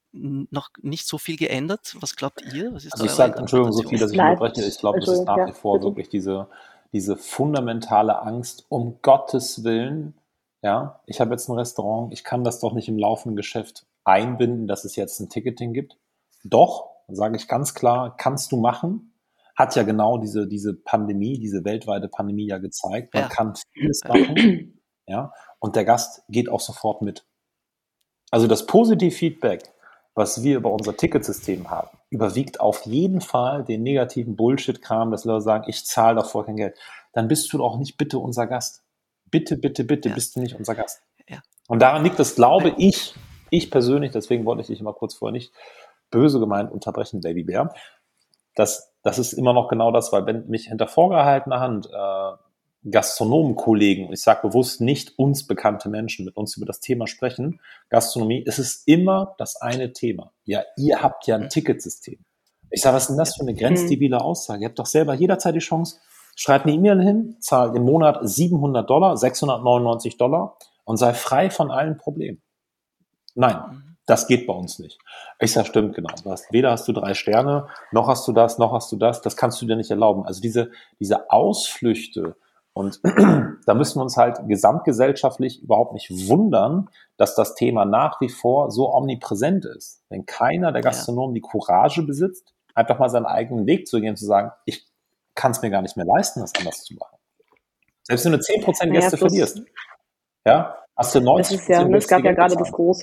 noch nicht so viel geändert. Was glaubt ihr? Was ist Also ich eure sage, Entschuldigung, Sophie, Interpretation? dass ich unterbreche. Ich glaube, das ist Entschuldigung, nach ja, wie vor bitte. wirklich diese fundamentale Angst, um Gottes Willen. Ja, ich habe jetzt ein Restaurant, ich kann das doch nicht im laufenden Geschäft einbinden, dass es jetzt ein Ticketing gibt. Doch, sage ich ganz klar, kannst du machen. Hat ja genau diese Pandemie, diese weltweite Pandemie ja gezeigt. Man Ja. kann vieles machen. Ja, und der Gast geht auch sofort mit. Also das Positiv-Feedback, was wir über unser Ticketsystem haben, überwiegt auf jeden Fall den negativen Bullshit-Kram, dass Leute sagen, ich zahle davor kein Geld. Dann bist du doch nicht bitte unser Gast. Bitte, bitte, bitte Ja. bist du nicht unser Gast. Ja. Und daran liegt das, glaube ich persönlich, deswegen wollte ich dich immer kurz vorher nicht böse gemeint unterbrechen, Baby Bär. Das ist immer noch genau das, weil wenn mich hinter vorgehaltener Hand Gastronomenkollegen, ich sage bewusst nicht uns bekannte Menschen, mit uns über das Thema sprechen, Gastronomie, es ist immer das eine Thema. Ja, ihr habt ja ein Ticketsystem. Ich sage, was ist denn das für eine grenzdebile Aussage? Ihr habt doch selber jederzeit die Chance, schreibt eine E-Mail hin, zahlt im Monat $700, $699 und sei frei von allen Problemen. Nein, das geht bei uns nicht. Ich sage, stimmt, genau. Weder hast du 3 Sterne, noch hast du das, das kannst du dir nicht erlauben. Also diese Ausflüchte, und da müssen wir uns halt gesamtgesellschaftlich überhaupt nicht wundern, dass das Thema nach wie vor so omnipräsent ist. Wenn keiner der Gastronomen die Courage besitzt, einfach mal seinen eigenen Weg zu gehen und zu sagen, ich kann es mir gar nicht mehr leisten, das anders zu machen. Selbst wenn du 10% Gäste verlierst, ja, hast du 90%. Das ist ja, es gab ja gerade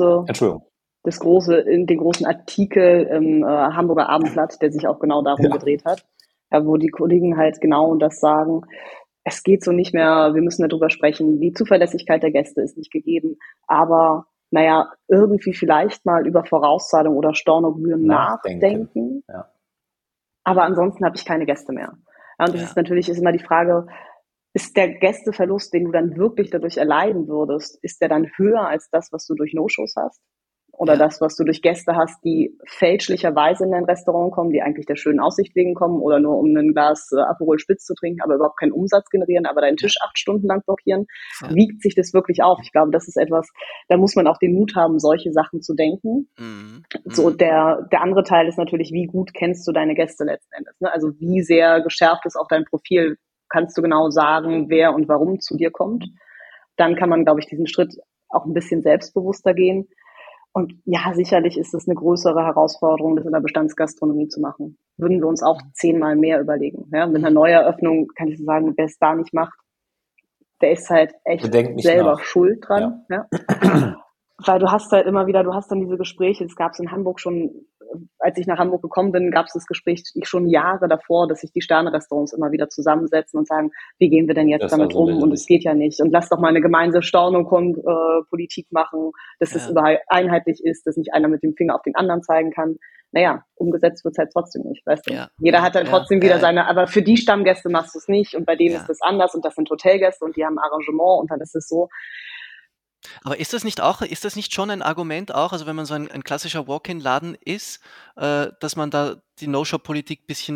den großen Artikel im Hamburger Abendblatt, der sich auch genau darum gedreht hat, wo die Kollegen halt genau das sagen. Es geht so nicht mehr, wir müssen darüber sprechen, die Zuverlässigkeit der Gäste ist nicht gegeben, aber naja, irgendwie vielleicht mal über Vorauszahlung oder Stornogebühren nachdenken. Ja. Aber ansonsten habe ich keine Gäste mehr. Ja, und das ist natürlich immer die Frage, ist der Gästeverlust, den du dann wirklich dadurch erleiden würdest, ist der dann höher als das, was du durch No-Shows hast? Oder das, was du durch Gäste hast, die fälschlicherweise in dein Restaurant kommen, die eigentlich der schönen Aussicht wegen kommen oder nur um ein Glas Aperol Spritz zu trinken, aber überhaupt keinen Umsatz generieren, aber deinen Tisch 8 Stunden lang blockieren. Wiegt sich das wirklich auf? Ich glaube, das ist etwas, da muss man auch den Mut haben, solche Sachen zu denken. So, der andere Teil ist natürlich, wie gut kennst du deine Gäste letzten Endes? Ne? Also wie sehr geschärft ist auch dein Profil? Kannst du genau sagen, wer und warum zu dir kommt? Dann kann man, glaube ich, diesen Schritt auch ein bisschen selbstbewusster gehen. Und ja, sicherlich ist es eine größere Herausforderung, das in der Bestandsgastronomie zu machen. Würden wir uns auch 10-mal mehr überlegen. Ja, mit einer Neueröffnung kann ich sagen, wer es da nicht macht, der ist halt echt selber schuld dran. Ja. Weil du hast halt immer wieder, du hast dann diese Gespräche, das gab es in Hamburg schon, als ich nach Hamburg gekommen bin, gab es das Gespräch schon Jahre davor, dass sich die Sterne-Restaurants immer wieder zusammensetzen und sagen, wie gehen wir denn jetzt damit um? Und es geht ja nicht. Und lass doch mal eine gemeinsame Storno-Politik machen, dass es überall einheitlich ist, dass nicht einer mit dem Finger auf den anderen zeigen kann. Naja, umgesetzt wird es halt trotzdem nicht, weißt du? Jeder hat dann trotzdem wieder seine, aber für die Stammgäste machst du es nicht und bei denen ist das anders und das sind Hotelgäste und die haben ein Arrangement und dann ist es so. Aber ist das nicht schon ein Argument auch, also wenn man so ein klassischer Walk-in-Laden ist, dass man da die No-Show-Politik ein bisschen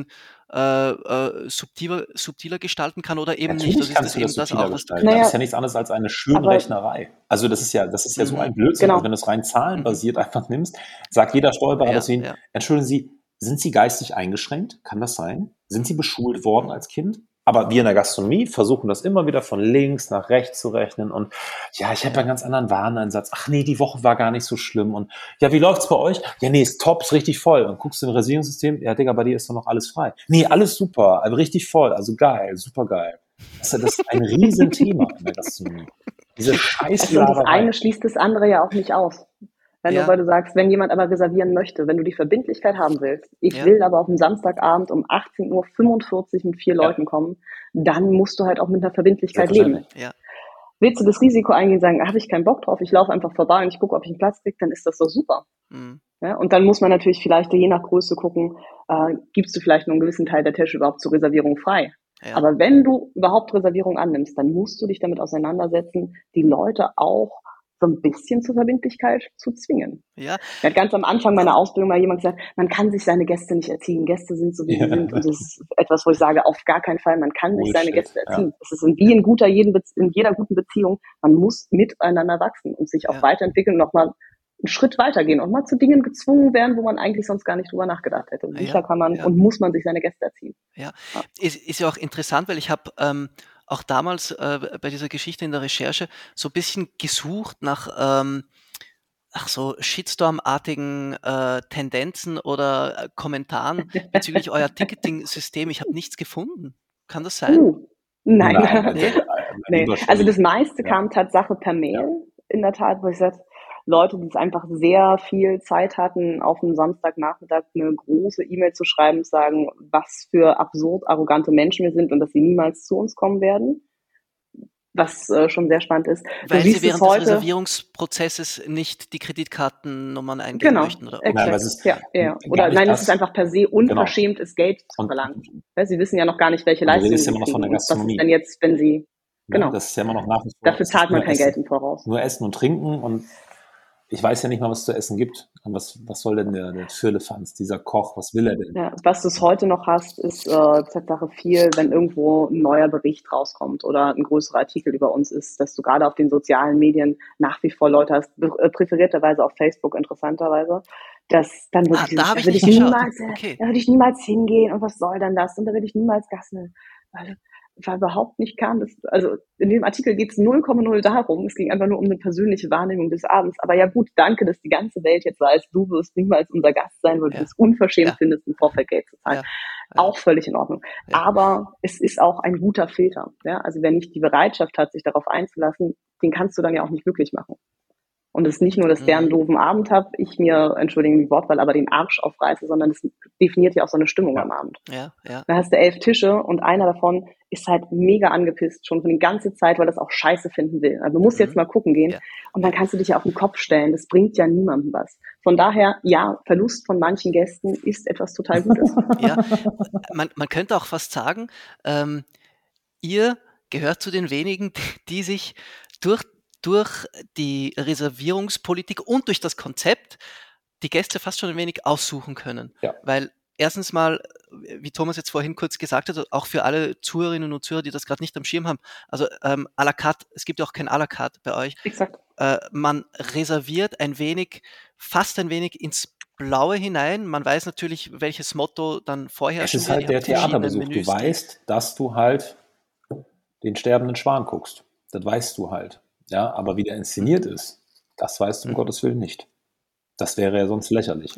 subtiler gestalten kann oder eben Natürlich nicht? kannst du das subtiler gestalten. Das ist ja nichts anderes als eine Schönrechnerei. Also das ist ja so ein Blödsinn. Also wenn du es rein zahlenbasiert einfach nimmst, sagt jeder Steuerberater zu Ihnen, entschuldigen Sie, sind Sie geistig eingeschränkt? Kann das sein? Sind Sie beschult worden als Kind? Aber wir in der Gastronomie versuchen das immer wieder von links nach rechts zu rechnen und ja, ich habe einen ganz anderen Wareneinsatz. Ach nee, die Woche war gar nicht so schlimm und ja, wie läuft's bei euch? Ja, nee, ist top, ist richtig voll. Und guckst du im Reservierungssystem, ja, Digga, bei dir ist doch noch alles frei. Nee, alles super, also richtig voll, also geil, super geil. Das ist ein Riesenthema in der Gastronomie. Diese Scheißlaberei. Also das eine schließt das andere ja auch nicht aus. Nur weil du sagst, wenn jemand aber reservieren möchte, wenn du die Verbindlichkeit haben willst, ich will aber auf dem Samstagabend um 18:45 Uhr mit 4 Leuten kommen, dann musst du halt auch mit einer Verbindlichkeit leben. Ja. Willst du das Risiko eingehen, sagen, habe ich keinen Bock drauf, ich laufe einfach vorbei und ich gucke, ob ich einen Platz kriege, dann ist das doch super. Ja, und dann muss man natürlich vielleicht je nach Größe gucken, gibst du vielleicht nur einen gewissen Teil der Tische überhaupt zur Reservierung frei. Ja. Aber wenn du überhaupt Reservierung annimmst, dann musst du dich damit auseinandersetzen, die Leute auch so ein bisschen zur Verbindlichkeit zu zwingen. Ja. Mir hat ganz am Anfang meiner Ausbildung mal jemand gesagt, man kann sich seine Gäste nicht erziehen. Gäste sind so, wie sie sind. Und das ist etwas, wo ich sage, auf gar keinen Fall, man kann sich seine Gäste erziehen. Es ist wie in jeder guten Beziehung, man muss miteinander wachsen und sich auch weiterentwickeln. Nochmal einen Schritt weitergehen und mal zu Dingen gezwungen werden, wo man eigentlich sonst gar nicht drüber nachgedacht hätte. Sicher kann man und muss man sich seine Gäste erziehen. Ja, ist ja auch interessant, weil ich habe auch damals bei dieser Geschichte in der Recherche so ein bisschen gesucht nach so Shitstorm-artigen Tendenzen oder Kommentaren bezüglich euer Ticketing-System. Ich habe nichts gefunden. Kann das sein? Nein. Nee. Also das meiste kam Tatsache per Mail, in der Tat, wo ich sage, Leute, die es einfach sehr viel Zeit hatten, auf einem Samstagnachmittag eine große E-Mail zu schreiben, sagen, was für absurd arrogante Menschen wir sind und dass sie niemals zu uns kommen werden. Was schon sehr spannend ist. Weil sie während des Reservierungsprozesses nicht die Kreditkartennummern eingeben möchten, oder? Exakt. Oder nein, es ist einfach per se unverschämt, ist Geld zu verlangen. Sie wissen ja noch gar nicht, welche Leistungen sie kriegen. Was ist denn jetzt, wenn sie... Genau. Das ist ja immer noch nach wie vor. Dafür zahlt man kein Geld im Voraus. Nur Essen und Trinken, und ich weiß ja nicht mal, was es zu essen gibt. Und was soll denn der Firlefanz, dieser Koch, was will er denn? Ja, was du heute noch hast, ist Tatsache viel, wenn irgendwo ein neuer Bericht rauskommt oder ein größerer Artikel über uns ist, dass du gerade auf den sozialen Medien nach wie vor Leute hast, präferierterweise auf Facebook interessanterweise, dass dann wirklich da würde ich niemals hingehen und was soll denn das? Und da würde ich niemals gassen. Weil überhaupt nicht kam. Also in dem Artikel geht es 0,0 darum. Es ging einfach nur um eine persönliche Wahrnehmung des Abends. Aber ja gut, danke, dass die ganze Welt jetzt weiß, du wirst niemals unser Gast sein, weil du es unverschämt findest, ein Vorfeldgeld zu zahlen. Auch völlig in Ordnung. Aber es ist auch ein guter Filter. Ja? Also wer nicht die Bereitschaft hat, sich darauf einzulassen, den kannst du dann ja auch nicht glücklich machen. Und es ist nicht nur, dass der einen doofen Abend hat, ich mir, Entschuldigung die Wortwahl, aber den Arsch aufreiße, sondern das definiert ja auch so eine Stimmung am Abend. Da hast du 11 Tische und einer davon ist halt mega angepisst, schon von der ganzen Zeit, weil das auch scheiße finden will. Also du musst jetzt mal gucken gehen und dann kannst du dich ja auf den Kopf stellen. Das bringt ja niemandem was. Von daher, ja, Verlust von manchen Gästen ist etwas total Gutes. Ja, man könnte auch fast sagen, ihr gehört zu den wenigen, die sich durch die Reservierungspolitik und durch das Konzept die Gäste fast schon ein wenig aussuchen können. Ja. Weil erstens mal, wie Thomas jetzt vorhin kurz gesagt hat, auch für alle Zuhörerinnen und Zuhörer, die das gerade nicht am Schirm haben, also à la carte, es gibt ja auch kein à la carte bei euch. Exakt. Man reserviert fast ein wenig ins Blaue hinein. Man weiß natürlich, welches Motto dann vorherrscht. Es ist halt der Theaterbesuch. Du weißt, dass du halt den sterbenden Schwan guckst. Das weißt du halt. Ja, aber wie der inszeniert ist, das weißt du um Gottes Willen nicht. Das wäre ja sonst lächerlich.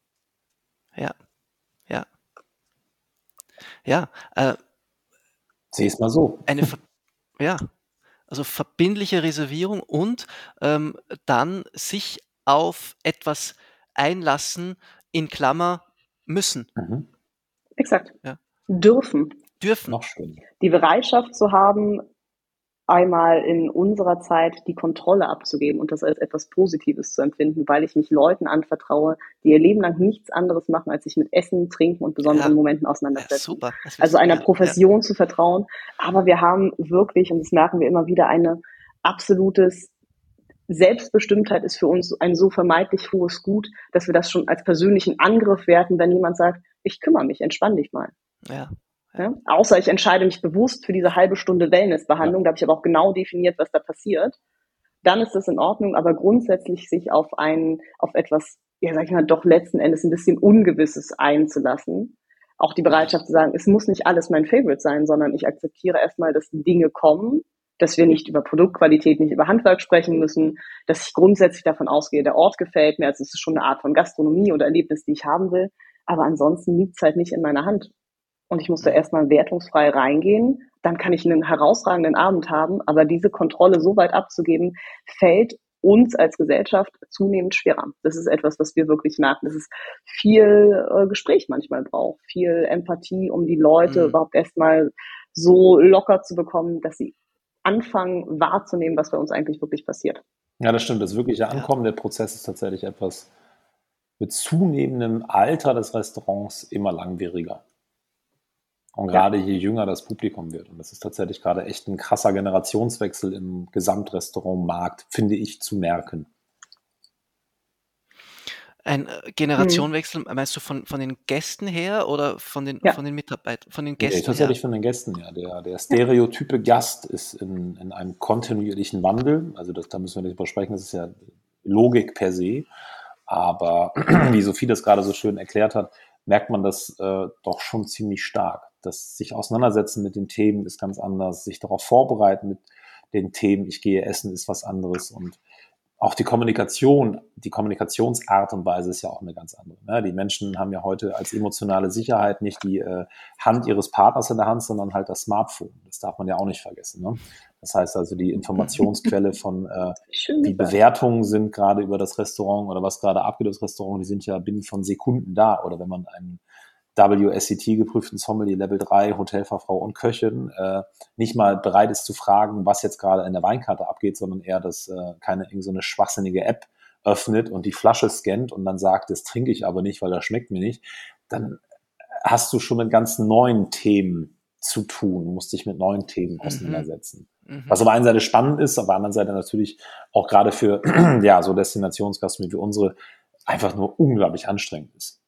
Sehe es mal so. Also verbindliche Reservierung und dann sich auf etwas einlassen, in Klammer müssen. Exakt. Dürfen. Noch schön. Die Bereitschaft zu haben, einmal in unserer Zeit die Kontrolle abzugeben und das als etwas Positives zu empfinden, weil ich mich Leuten anvertraue, die ihr Leben lang nichts anderes machen, als sich mit Essen, Trinken und besonderen Momenten auseinandersetzen. Super. Also einer Profession zu vertrauen. Aber wir haben wirklich, und das merken wir immer wieder, eine absolutes Selbstbestimmtheit ist für uns ein so vermeintlich hohes Gut, dass wir das schon als persönlichen Angriff werten, wenn jemand sagt, ich kümmere mich, entspann dich mal. Ja, außer ich entscheide mich bewusst für diese halbe Stunde Wellnessbehandlung, da habe ich aber auch genau definiert, was da passiert, dann ist das in Ordnung, aber grundsätzlich sich auf etwas, sag ich mal, doch letzten Endes ein bisschen Ungewisses einzulassen. Auch die Bereitschaft zu sagen, es muss nicht alles mein Favorite sein, sondern ich akzeptiere erstmal, dass Dinge kommen, dass wir nicht über Produktqualität, nicht über Handwerk sprechen müssen, dass ich grundsätzlich davon ausgehe, der Ort gefällt mir, also es ist schon eine Art von Gastronomie oder Erlebnis, die ich haben will, aber ansonsten liegt es halt nicht in meiner Hand. Und ich muss da erstmal wertungsfrei reingehen, dann kann ich einen herausragenden Abend haben, aber diese Kontrolle so weit abzugeben, fällt uns als Gesellschaft zunehmend schwerer. Das ist etwas, was wir wirklich merken, dass es viel Gespräch manchmal braucht, viel Empathie, um die Leute überhaupt erstmal so locker zu bekommen, dass sie anfangen wahrzunehmen, was bei uns eigentlich wirklich passiert. Ja, das stimmt. Das wirkliche Ankommen, der Prozess ist tatsächlich etwas mit zunehmendem Alter des Restaurants immer langwieriger. Und gerade je jünger das Publikum wird. Und das ist tatsächlich gerade echt ein krasser Generationswechsel im Gesamtrestaurantmarkt, finde ich, zu merken. Ein Generationenwechsel, meinst du von den Gästen her oder von den Mitarbeitern, von den Gästen tatsächlich her? Von den Gästen her. Der stereotype Gast ist in einem kontinuierlichen Wandel. Also da müssen wir nicht drüber sprechen, das ist ja Logik per se. Aber wie Sophie das gerade so schön erklärt hat, merkt man das doch schon ziemlich stark. Das sich auseinandersetzen mit den Themen ist ganz anders, sich darauf vorbereiten mit den Themen, ich gehe essen, ist was anderes. Und auch die Kommunikationsart und Weise ist ja auch eine ganz andere. Ne? Die Menschen haben ja heute als emotionale Sicherheit nicht die Hand ihres Partners in der Hand, sondern halt das Smartphone. Das darf man ja auch nicht vergessen. Ne? Das heißt also, die Informationsquelle von die Bewertungen sind gerade über das Restaurant oder was gerade abgeht das Restaurant, die sind ja binnen von Sekunden da. Oder wenn man einen WSET-geprüften Sommelier Level 3, Hotelfachfrau und Köchin nicht mal bereit ist zu fragen, was jetzt gerade in der Weinkarte abgeht, sondern eher, dass keine irgend so eine schwachsinnige App öffnet und die Flasche scannt und dann sagt, das trinke ich aber nicht, weil das schmeckt mir nicht, dann hast du schon mit ganz neuen Themen zu tun, musst dich mit neuen Themen auseinandersetzen. Was auf der einen Seite spannend ist, auf der anderen Seite natürlich auch gerade für ja so Destinationsgastronomie wie unsere einfach nur unglaublich anstrengend ist.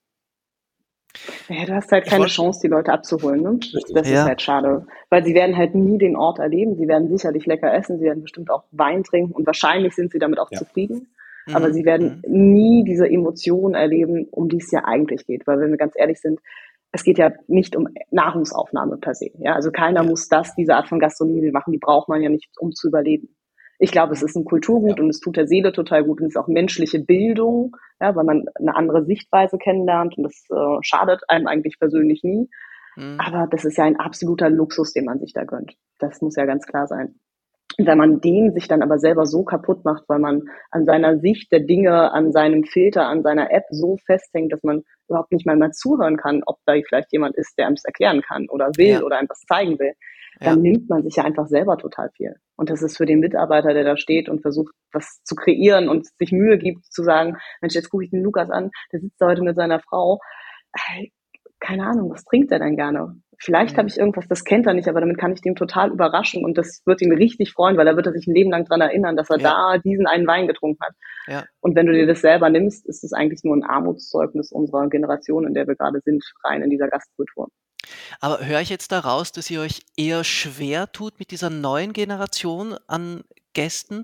Ja, du hast halt keine Chance, die Leute abzuholen. Ne? Das ist halt schade, weil sie werden halt nie den Ort erleben. Sie werden sicherlich lecker essen, sie werden bestimmt auch Wein trinken und wahrscheinlich sind sie damit auch zufrieden. Aber sie werden nie diese Emotionen erleben, um die es ja eigentlich geht. Weil wenn wir ganz ehrlich sind, es geht ja nicht um Nahrungsaufnahme per se. Ja? Also keiner muss diese Art von Gastronomie machen, die braucht man ja nicht, um zu überleben. Ich glaube, es ist ein Kulturgut und es tut der Seele total gut und es ist auch menschliche Bildung, ja, weil man eine andere Sichtweise kennenlernt und das schadet einem eigentlich persönlich nie. Aber das ist ja ein absoluter Luxus, den man sich da gönnt. Das muss ja ganz klar sein. Und wenn man den sich dann aber selber so kaputt macht, weil man an seiner Sicht der Dinge, an seinem Filter, an seiner App so festhängt, dass man überhaupt nicht mal zuhören kann, ob da vielleicht jemand ist, der einem es erklären kann oder will oder einem was zeigen will, dann nimmt man sich ja einfach selber total viel. Und das ist für den Mitarbeiter, der da steht und versucht, was zu kreieren und sich Mühe gibt, zu sagen, Mensch, jetzt gucke ich den Lukas an, der sitzt da heute mit seiner Frau. Keine Ahnung, was trinkt er denn gerne? Vielleicht habe ich irgendwas, das kennt er nicht, aber damit kann ich den total überraschen und das wird ihn richtig freuen, weil da wird er sich ein Leben lang dran erinnern, dass er da diesen einen Wein getrunken hat. Ja. Und wenn du dir das selber nimmst, ist es eigentlich nur ein Armutszeugnis unserer Generation, in der wir gerade sind, rein in dieser Gastkultur. Aber höre ich jetzt daraus, dass ihr euch eher schwer tut mit dieser neuen Generation an Gästen?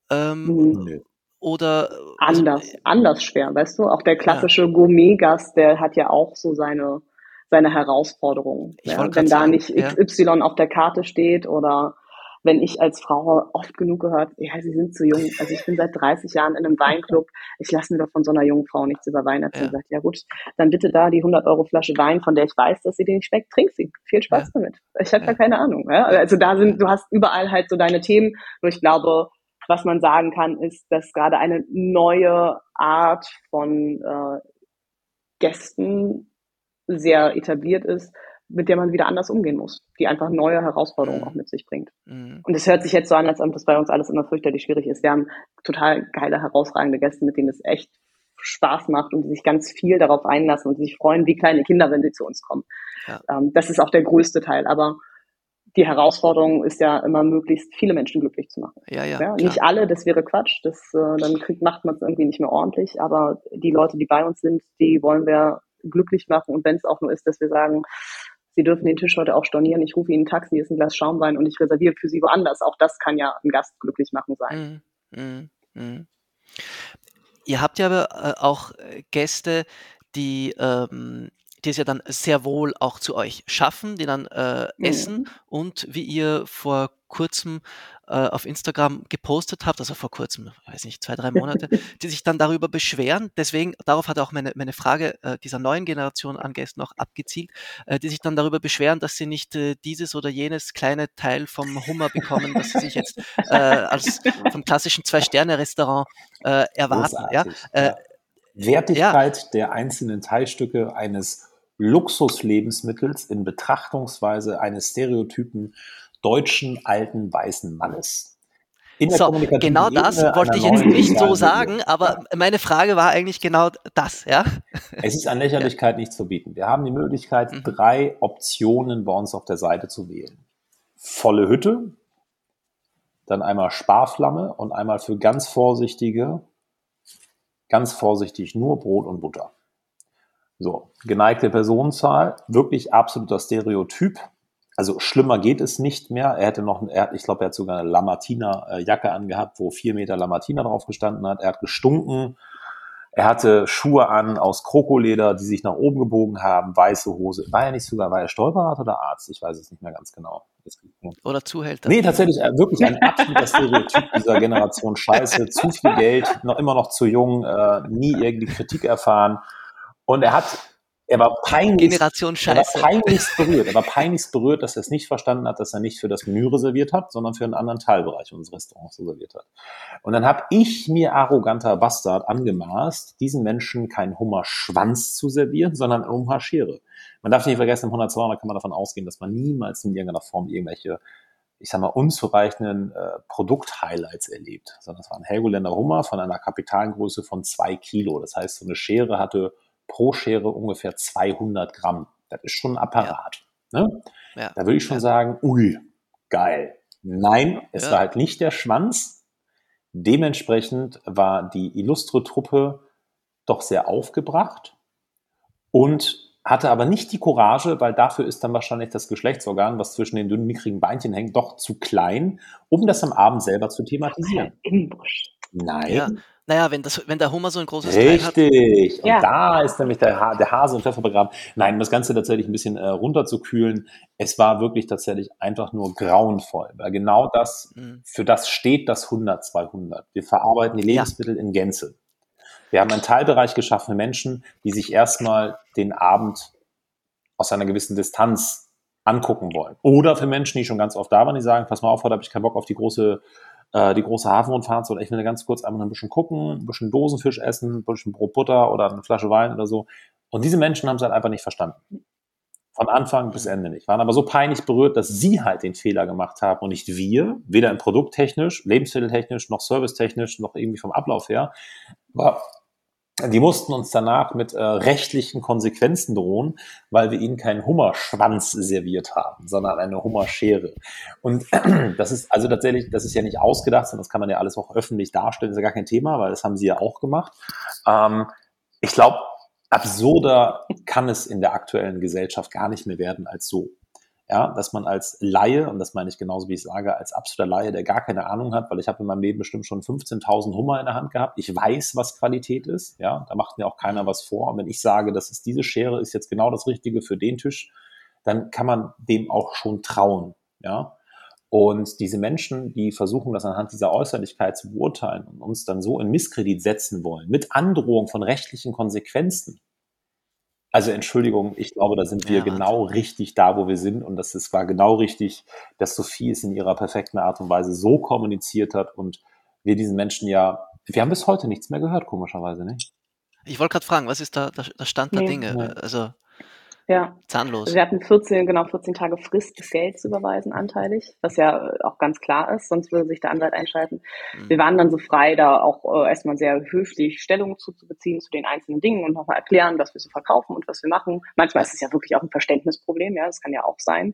Oder anders schwer, weißt du? Auch der klassische Gourmet-Gast, der hat ja auch so seine Herausforderungen. Wenn da nicht XY auf der Karte steht oder wenn ich als Frau oft genug gehört, ja, sie sind zu jung. Also ich bin seit 30 Jahren in einem Weinclub. Ich lasse mir doch von so einer jungen Frau nichts über Wein erzählen. Sagt, ja gut, dann bitte da die 100 € Flasche Wein, von der ich weiß, dass sie dir nicht schmeckt, trink sie. Viel Spaß damit. Ich habe da keine Ahnung. Ja? Also du hast überall halt so deine Themen. Und ich glaube, was man sagen kann, ist, dass gerade eine neue Art von Gästen sehr etabliert ist, mit der man wieder anders umgehen muss, die einfach neue Herausforderungen auch mit sich bringt. Und es hört sich jetzt so an, als ob das bei uns alles immer fürchterlich schwierig ist. Wir haben total geile, herausragende Gäste, mit denen es echt Spaß macht und die sich ganz viel darauf einlassen und sich freuen wie kleine Kinder, wenn sie zu uns kommen. Ja. Das ist auch der größte Teil, aber die Herausforderung ist ja immer, möglichst viele Menschen glücklich zu machen. Ja, nicht alle, das wäre Quatsch, dann macht man es irgendwie nicht mehr ordentlich, aber die Leute, die bei uns sind, die wollen wir glücklich machen und wenn es auch nur ist, dass wir sagen, Sie dürfen den Tisch heute auch stornieren, ich rufe Ihnen ein Taxi, ist ein Glas Schaumwein und ich reserviere für Sie woanders. Auch das kann ja einen Gast glücklich machen sein. Ihr habt ja aber auch Gäste, die es ja dann sehr wohl auch zu euch schaffen, die dann essen und wie ihr vor kurzem auf Instagram gepostet habt, also vor kurzem, weiß nicht, 2-3 Monate, die sich dann darüber beschweren, deswegen, darauf hat auch meine Frage dieser neuen Generation an Gästen noch abgezielt, die sich dann darüber beschweren, dass sie nicht dieses oder jenes kleine Teil vom Hummer bekommen, das sie sich jetzt als vom klassischen 2-Sterne-Restaurant erwarten. Wertigkeit der einzelnen Teilstücke eines Luxuslebensmittels in Betrachtungsweise eines stereotypen deutschen alten weißen Mannes. Genau das wollte ich jetzt nicht so sagen, aber meine Frage war eigentlich genau das, ja? Es ist an Lächerlichkeit nichts zu bieten. Wir haben die Möglichkeit, 3 Optionen bei uns auf der Seite zu wählen. Volle Hütte, dann einmal Sparflamme und einmal für ganz vorsichtig nur Brot und Butter. So, geneigte Personenzahl, wirklich absoluter Stereotyp. Also schlimmer geht es nicht mehr. Ich glaube, er hat sogar eine Lamartina-Jacke angehabt, wo 4 Meter Lamartina drauf gestanden hat. Er hat gestunken. Er hatte Schuhe an aus Krokoleder, die sich nach oben gebogen haben, weiße Hose. War er Steuerberater oder Arzt? Ich weiß es nicht mehr ganz genau. Oder Zuhälter. Nee, tatsächlich wirklich ein absoluter Stereotyp dieser Generation Scheiße. Zu viel Geld, immer noch zu jung, nie irgendwie Kritik erfahren. Und er war Generation Scheiße. Er war peinlichst berührt, dass er es nicht verstanden hat, dass er nicht für das Menü reserviert hat, sondern für einen anderen Teilbereich unseres Restaurants reserviert hat. Und dann habe ich mir, arroganter Bastard, angemaßt, diesen Menschen keinen Hummerschwanz zu servieren, sondern eine Hummerschere. Man darf nicht vergessen, im 100-200 kann man davon ausgehen, dass man niemals in irgendeiner Form irgendwelche, ich sag mal, unzureichenden Produkt-Highlights erlebt. Sondern es war ein Helgoländer Hummer von einer Kapitalgröße von 2 Kilo. Das heißt, so eine Schere hatte pro Schere ungefähr 200 Gramm. Das ist schon ein Apparat. Ja. Ne? Ja. Da würde ich schon sagen, ui, geil. Nein, es war halt nicht der Schwanz. Dementsprechend war die illustre Truppe doch sehr aufgebracht und hatte aber nicht die Courage, weil dafür ist dann wahrscheinlich das Geschlechtsorgan, was zwischen den dünnen, mickrigen Beinchen hängt, doch zu klein, um das am Abend selber zu thematisieren. Im Busch. Nein. Ja. Naja, wenn der Hummer so ein großes Teil hat. Richtig. Und da ist nämlich der Hase und Pfeffer begraben. Nein, um das Ganze tatsächlich ein bisschen runterzukühlen, es war wirklich tatsächlich einfach nur grauenvoll. Weil genau das, für das steht das 100-200. Wir verarbeiten die Lebensmittel in Gänze. Wir haben einen Teilbereich geschaffen für Menschen, die sich erstmal den Abend aus einer gewissen Distanz angucken wollen. Oder für Menschen, die schon ganz oft da waren, die sagen, pass mal auf, heute habe ich keinen Bock auf die große Hafenrundfahrt, sondern ich will ganz kurz einfach ein bisschen gucken, ein bisschen Dosenfisch essen, ein bisschen Brot Butter oder eine Flasche Wein oder so. Und diese Menschen haben es halt einfach nicht verstanden. Von Anfang bis Ende nicht. Waren aber so peinlich berührt, dass sie halt den Fehler gemacht haben und nicht wir, weder im produkttechnisch, lebensmitteltechnisch, noch servicetechnisch, noch irgendwie vom Ablauf her. Aber die mussten uns danach mit rechtlichen Konsequenzen drohen, weil wir ihnen keinen Hummerschwanz serviert haben, sondern eine Hummerschere. Und das ist also tatsächlich, das ist ja nicht ausgedacht, sondern das kann man ja alles auch öffentlich darstellen, das ist ja gar kein Thema, weil das haben sie ja auch gemacht. Ich glaube, absurder kann es in der aktuellen Gesellschaft gar nicht mehr werden als so. Ja, dass man als Laie, und das meine ich genauso, wie ich sage, als absoluter Laie, der gar keine Ahnung hat, weil ich habe in meinem Leben bestimmt schon 15.000 Hummer in der Hand gehabt. Ich weiß, was Qualität ist. Ja, da macht mir auch keiner was vor. Und wenn ich sage, das ist diese Schere, ist jetzt genau das Richtige für den Tisch, dann kann man dem auch schon trauen. Ja, und diese Menschen, die versuchen, das anhand dieser Äußerlichkeit zu beurteilen und uns dann so in Misskredit setzen wollen, mit Androhung von rechtlichen Konsequenzen. Also Entschuldigung, ich glaube, da sind wir genau richtig da, wo wir sind. Und war genau richtig, dass Sophie es in ihrer perfekten Art und Weise so kommuniziert hat. Und wir diesen Menschen wir haben bis heute nichts mehr gehört, komischerweise, nicht? Ich wollte gerade fragen, was ist da der Stand der Dinge? Also zahnlos. Also wir hatten 14 Tage Frist, das Geld zu überweisen, anteilig, was ja auch ganz klar ist, sonst würde sich der Anwalt einschalten. Wir waren dann so frei, da auch erstmal sehr höflich Stellung zu beziehen zu den einzelnen Dingen und nochmal erklären, was wir so verkaufen und was wir machen. Manchmal ist es ja wirklich auch ein Verständnisproblem, ja, das kann ja auch sein,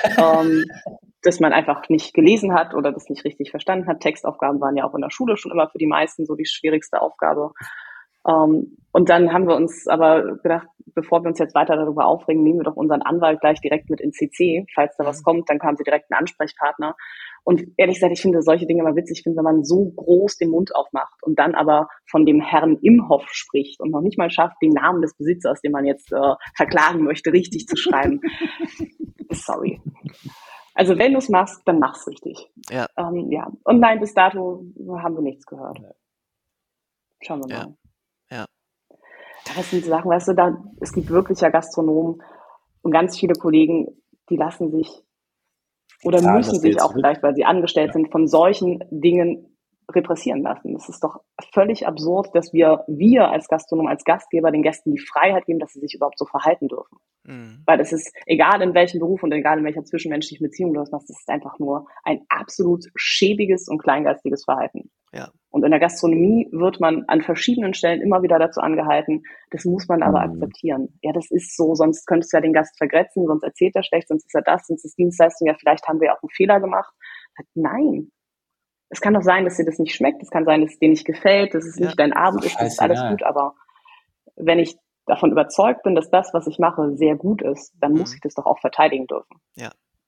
dass man einfach nicht gelesen hat oder das nicht richtig verstanden hat. Textaufgaben waren ja auch in der Schule schon immer für die meisten so die schwierigste Aufgabe. Und dann haben wir uns aber gedacht, bevor wir uns jetzt weiter darüber aufregen, nehmen wir doch unseren Anwalt gleich direkt mit in CC. Falls da was kommt, dann haben sie direkt einen Ansprechpartner. Und ehrlich gesagt, ich finde solche Dinge mal witzig, ich finde, wenn man so groß den Mund aufmacht und dann aber von dem Herrn Imhoff spricht und noch nicht mal schafft, den Namen des Besitzers, den man jetzt verklagen möchte, richtig zu schreiben. Sorry. Also wenn du es machst, dann mach's richtig. Ja. Und nein, bis dato haben wir nichts gehört. Schauen wir mal. Ja. Das sind Sachen, weißt du, es gibt wirklich ja Gastronomen und ganz viele Kollegen, die lassen sich oder müssen sich auch vielleicht, weil sie angestellt sind, von solchen Dingen repressieren lassen. Das ist doch völlig absurd, dass wir als Gastronom, als Gastgeber den Gästen die Freiheit geben, dass sie sich überhaupt so verhalten dürfen. Weil es ist, egal in welchem Beruf und egal in welcher zwischenmenschlichen Beziehung du das machst, das ist einfach nur ein absolut schäbiges und kleingeistiges Verhalten. Ja. Und in der Gastronomie wird man an verschiedenen Stellen immer wieder dazu angehalten, das muss man aber akzeptieren. Ja, das ist so, sonst könntest du ja den Gast vergrätzen, sonst erzählt er schlecht, sonst ist er das, sonst ist Dienstleistung, ja, vielleicht haben wir ja auch einen Fehler gemacht. Nein. Es kann doch sein, dass dir das nicht schmeckt, es kann sein, dass es dir nicht gefällt, dass es nicht dein Abend ist, das ist alles gut, aber wenn ich davon überzeugt bin, dass das, was ich mache, sehr gut ist, dann muss ich das doch auch verteidigen dürfen. Ja.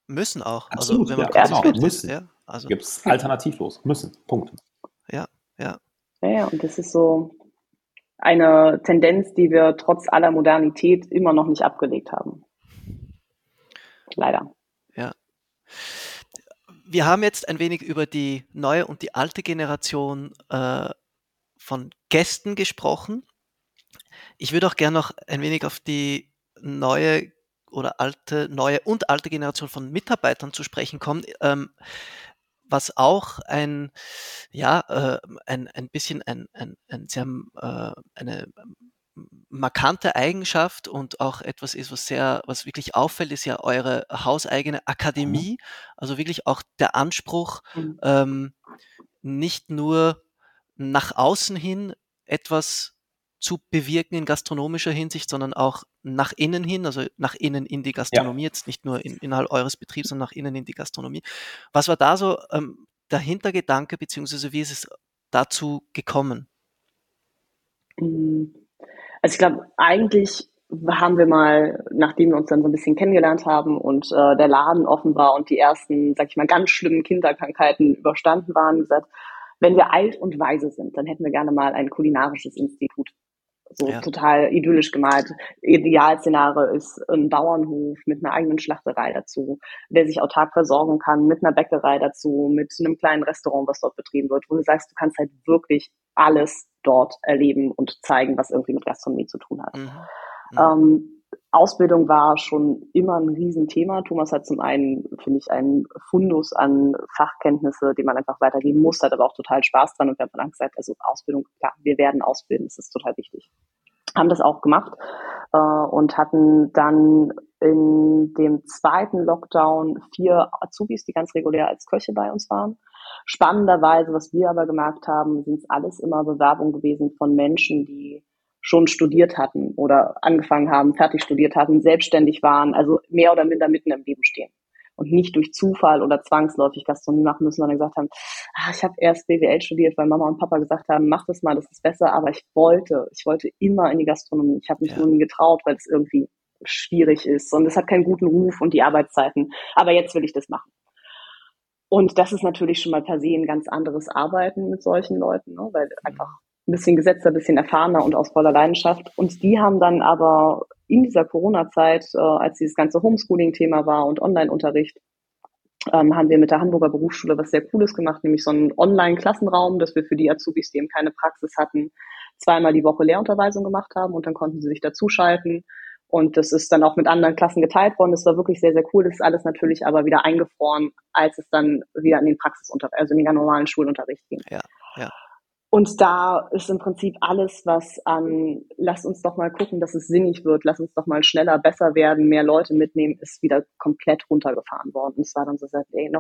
Müssen auch. Also Absolut, wenn man ja, genau, konsequent ist, müssen. ja. Also Gibt es alternativlos. Müssen. Punkt. ja, ja. Ja, und das ist so eine Tendenz, die wir trotz aller Modernität immer noch nicht abgelegt haben. Leider. Ja. Wir haben jetzt ein wenig über die neue und die alte Generation von Gästen gesprochen. Ich würde auch gerne noch ein wenig auf die neue und alte Generation von Mitarbeitern zu sprechen kommen, was auch ein bisschen ein sehr, eine markante Eigenschaft und auch etwas ist, was wirklich auffällt, ist ja eure hauseigene Akademie. Also wirklich auch der Anspruch, Mhm. nicht nur nach außen hin etwas zu bewirken in gastronomischer Hinsicht, sondern auch nach innen hin, also nach innen in die Gastronomie, jetzt nicht nur innerhalb eures Betriebs, sondern nach innen in die Gastronomie. Was war da so der Hintergedanke, beziehungsweise wie ist es dazu gekommen? Also ich glaube, eigentlich haben wir mal, nachdem wir uns dann so ein bisschen kennengelernt haben und der Laden offen war und die ersten, sag ich mal, ganz schlimmen Kinderkrankheiten überstanden waren, gesagt, wenn wir alt und weise sind, dann hätten wir gerne mal ein kulinarisches Institut. So Ja. total idyllisch gemalt. Idealszenario ist ein Bauernhof mit einer eigenen Schlachterei dazu, der sich autark versorgen kann, mit einer Bäckerei dazu, mit einem kleinen Restaurant, was dort betrieben wird, wo du sagst, du kannst halt wirklich alles dort erleben und zeigen, was irgendwie mit Gastronomie zu tun hat. Ausbildung war schon immer ein Riesenthema. Thomas hat zum einen, finde ich, einen Fundus an Fachkenntnisse, die man einfach weitergeben muss, hat aber auch total Spaß dran und wir haben dann gesagt, also Ausbildung, klar, wir werden ausbilden, das ist total wichtig. Haben das auch gemacht und hatten dann in dem zweiten Lockdown 4 Azubis, die ganz regulär als Köche bei uns waren. Spannenderweise, was wir aber gemerkt haben, sind es alles immer Bewerbungen gewesen von Menschen, die schon studiert hatten oder angefangen haben, fertig studiert hatten, selbstständig waren, also mehr oder minder mitten im Leben stehen und nicht durch Zufall oder zwangsläufig Gastronomie machen müssen, sondern gesagt haben, ich habe erst BWL studiert, weil Mama und Papa gesagt haben, mach das mal, das ist besser, aber ich wollte immer in die Gastronomie. Ich habe mich nur nie getraut, weil es irgendwie schwierig ist und es hat keinen guten Ruf und die Arbeitszeiten, aber jetzt will ich das machen. Und das ist natürlich schon mal per se ein ganz anderes Arbeiten mit solchen Leuten, ne? Weil einfach ein bisschen gesetzter, ein bisschen erfahrener und aus voller Leidenschaft. Und die haben dann aber in dieser Corona-Zeit, als dieses ganze Homeschooling-Thema war und Online-Unterricht, haben wir mit der Hamburger Berufsschule was sehr Cooles gemacht, nämlich so einen Online-Klassenraum, dass wir für die Azubis, die eben keine Praxis hatten, 2-mal die Woche Lehrunterweisung gemacht haben und dann konnten sie sich dazuschalten. Und das ist dann auch mit anderen Klassen geteilt worden. Das war wirklich sehr, sehr cool. Das ist alles natürlich aber wieder eingefroren, als es dann wieder in den Praxisunterricht, also in den ganz normalen Schulunterricht ging. Ja. Und da ist im Prinzip alles, was an, lass uns doch mal gucken, dass es sinnig wird, lass uns doch mal schneller, besser werden, mehr Leute mitnehmen, ist wieder komplett runtergefahren worden. Und es war dann so,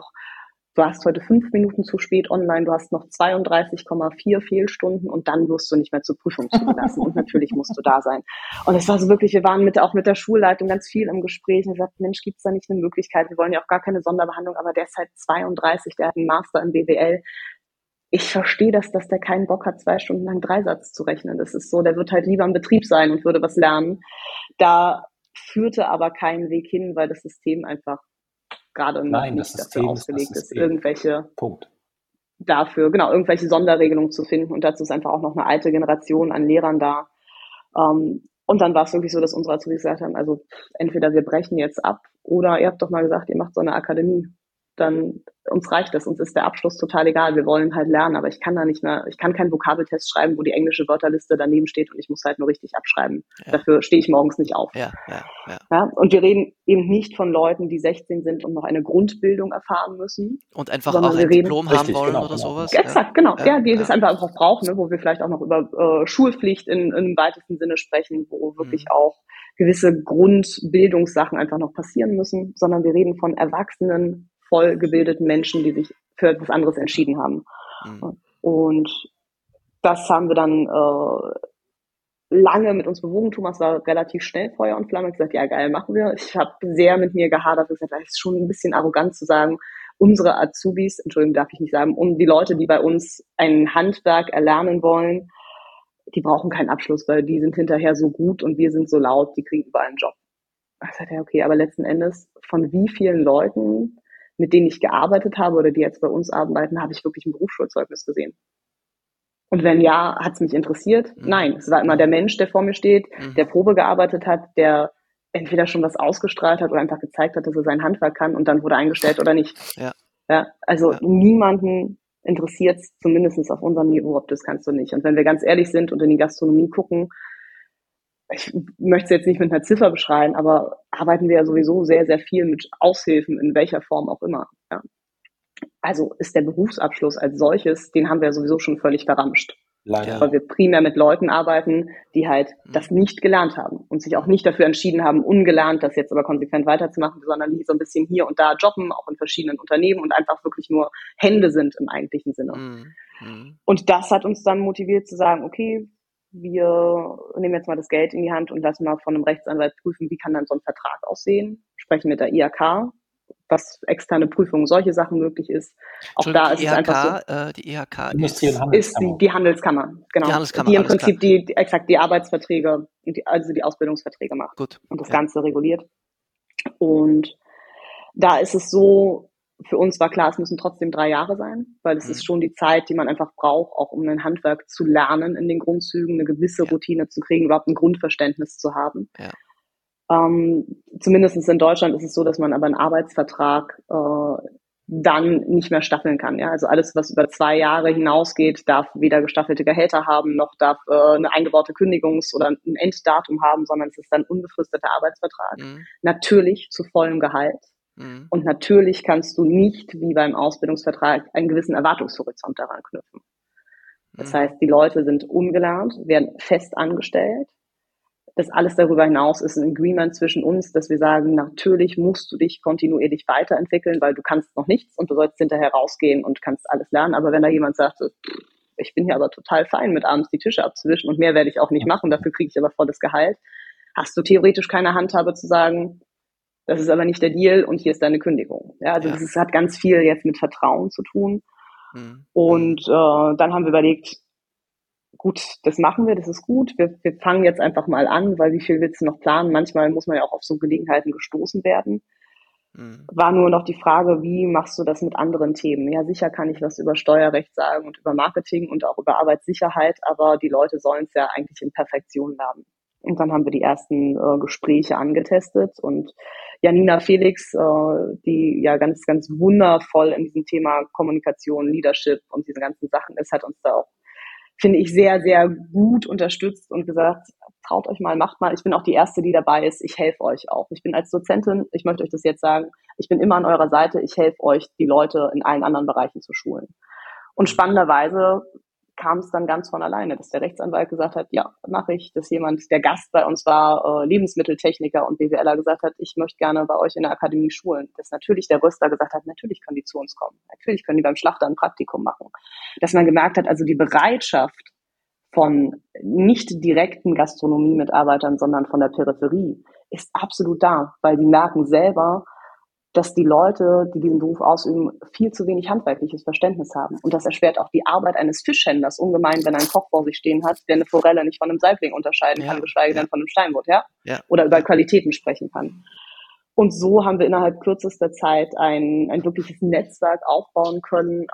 du hast heute 5 Minuten zu spät online, du hast noch 32,4 Fehlstunden und dann wirst du nicht mehr zur Prüfung zugelassen. Und natürlich musst du da sein. Und es war so wirklich, wir waren auch mit der Schulleitung ganz viel im Gespräch und gesagt, Mensch, gibt's da nicht eine Möglichkeit? Wir wollen ja auch gar keine Sonderbehandlung, aber der ist halt 32, der hat einen Master in BWL. Ich verstehe das, dass der keinen Bock hat, 2 Stunden lang Dreisatz zu rechnen. Das ist so, der wird halt lieber im Betrieb sein und würde was lernen. Da führte aber kein Weg hin, weil das System einfach gerade noch nicht dafür ausgelegt ist, irgendwelche Sonderregelungen zu finden. Und dazu ist einfach auch noch eine alte Generation an Lehrern da. Und dann war es wirklich so, dass unsere Azubis gesagt haben, also entweder wir brechen jetzt ab oder ihr habt doch mal gesagt, ihr macht so eine Akademie. Dann uns reicht das, uns ist der Abschluss total egal, wir wollen halt lernen, aber ich kann keinen Vokabeltest schreiben, wo die englische Wörterliste daneben steht und ich muss halt nur richtig abschreiben. Ja. Dafür stehe ich morgens nicht auf. Ja. Und wir reden eben nicht von Leuten, die 16 sind und noch eine Grundbildung erfahren müssen. Und einfach auch ein Diplom haben wollen oder sowas. Exakt, genau. Ja, die das einfach auch brauchen, ne, wo wir vielleicht auch noch über Schulpflicht im weitesten Sinne sprechen, wo wirklich auch gewisse Grundbildungssachen einfach noch passieren müssen, sondern wir reden von Erwachsenen, voll gebildeten Menschen, die sich für etwas anderes entschieden haben. Und das haben wir dann lange mit uns bewogen. Thomas war relativ schnell Feuer und Flamme, gesagt, ja geil, machen wir. Ich habe sehr mit mir gehadert und gesagt, das ist schon ein bisschen arrogant zu sagen, unsere Azubis, Entschuldigung, darf ich nicht sagen, die Leute, die bei uns ein Handwerk erlernen wollen, die brauchen keinen Abschluss, weil die sind hinterher so gut und wir sind so laut, die kriegen überall einen Job. Ich sagte, ja, okay, aber letzten Endes von wie vielen Leuten, mit denen ich gearbeitet habe oder die jetzt bei uns arbeiten, habe ich wirklich ein Berufsschulzeugnis gesehen? Und wenn ja, hat es mich interessiert? Nein, es war immer der Mensch, der vor mir steht, der Probe gearbeitet hat, der entweder schon was ausgestrahlt hat oder einfach gezeigt hat, dass er sein Handwerk kann und dann wurde eingestellt oder nicht. Ja, also niemanden interessiert es, zumindest auf unserem Niveau, ob das kannst du nicht. Und wenn wir ganz ehrlich sind und in die Gastronomie gucken, ich möchte es jetzt nicht mit einer Ziffer beschreiben, aber arbeiten wir ja sowieso sehr, sehr viel mit Aushilfen, in welcher Form auch immer. Ja. Also ist der Berufsabschluss als solches, den haben wir ja sowieso schon völlig verramscht. Leider. Weil wir primär mit Leuten arbeiten, die halt das nicht gelernt haben und sich auch nicht dafür entschieden haben, ungelernt das jetzt aber konsequent weiterzumachen, sondern die so ein bisschen hier und da jobben, auch in verschiedenen Unternehmen und einfach wirklich nur Hände sind im eigentlichen Sinne. Und das hat uns dann motiviert zu sagen, okay, wir nehmen jetzt mal das Geld in die Hand und lassen mal von einem Rechtsanwalt prüfen, wie kann dann so ein Vertrag aussehen, sprechen mit der IHK, was externe Prüfungen, solche Sachen möglich ist. Auch da ist es einfach so. Die IHK ist die Handelskammer, genau. Die Handelskammer, die im Prinzip die Arbeitsverträge, also die Ausbildungsverträge macht. Gut. Und das Ganze reguliert. Und da ist es so, für uns war klar, es müssen trotzdem 3 Jahre sein, weil es ist schon die Zeit, die man einfach braucht, auch um ein Handwerk zu lernen in den Grundzügen, eine gewisse Routine zu kriegen, überhaupt ein Grundverständnis zu haben. Ja. Zumindest in Deutschland ist es so, dass man aber einen Arbeitsvertrag dann nicht mehr staffeln kann. Ja? Also alles, was über 2 Jahre hinausgeht, darf weder gestaffelte Gehälter haben, noch darf eine eingebaute Kündigungs- oder ein Enddatum haben, sondern es ist dann unbefristeter Arbeitsvertrag. Natürlich zu vollem Gehalt. Und natürlich kannst du nicht, wie beim Ausbildungsvertrag, einen gewissen Erwartungshorizont daran knüpfen. Das heißt, die Leute sind ungelernt, werden fest angestellt. Das alles darüber hinaus ist ein Agreement zwischen uns, dass wir sagen, natürlich musst du dich kontinuierlich weiterentwickeln, weil du kannst noch nichts und du sollst hinterher rausgehen und kannst alles lernen. Aber wenn da jemand sagt, ich bin hier aber total fein mit abends die Tische abzuwischen und mehr werde ich auch nicht machen, dafür kriege ich aber volles Gehalt, hast du theoretisch keine Handhabe zu sagen, das ist aber nicht der Deal und hier ist deine Kündigung. Ja, also das hat ganz viel jetzt mit Vertrauen zu tun. Und dann haben wir überlegt, gut, das machen wir, das ist gut. Wir fangen jetzt einfach mal an, weil wie viel willst du noch planen? Manchmal muss man ja auch auf so Gelegenheiten gestoßen werden. War nur noch die Frage, wie machst du das mit anderen Themen? Ja, sicher kann ich was über Steuerrecht sagen und über Marketing und auch über Arbeitssicherheit, aber die Leute sollen es ja eigentlich in Perfektion lernen. Und dann haben wir die ersten Gespräche angetestet und Janina Felix, die ja ganz, ganz wundervoll in diesem Thema Kommunikation, Leadership und diese ganzen Sachen ist, hat uns da auch, finde ich, sehr, sehr gut unterstützt und gesagt, traut euch mal, macht mal. Ich bin auch die Erste, die dabei ist. Ich helfe euch auch. Ich bin als Dozentin, ich möchte euch das jetzt sagen, ich bin immer an eurer Seite. Ich helfe euch, die Leute in allen anderen Bereichen zu schulen. Und spannenderweise kam es dann ganz von alleine, dass der Rechtsanwalt gesagt hat, ja, mache ich, dass jemand, der Gast bei uns war, Lebensmitteltechniker und BWLer gesagt hat, ich möchte gerne bei euch in der Akademie schulen. Dass natürlich der Röster gesagt hat, natürlich können die zu uns kommen. Natürlich können die beim Schlachter ein Praktikum machen. Dass man gemerkt hat, also die Bereitschaft von nicht direkten Gastronomie-Mitarbeitern, sondern von der Peripherie ist absolut da, weil die merken selber, dass die Leute, die diesen Beruf ausüben, viel zu wenig handwerkliches Verständnis haben. Und das erschwert auch die Arbeit eines Fischhändlers ungemein, wenn er einen Koch vor sich stehen hat, der eine Forelle nicht von einem Saibling unterscheiden kann, geschweige denn von einem Steinbutt, oder über Qualitäten sprechen kann. Und so haben wir innerhalb kürzester Zeit ein wirkliches Netzwerk aufbauen können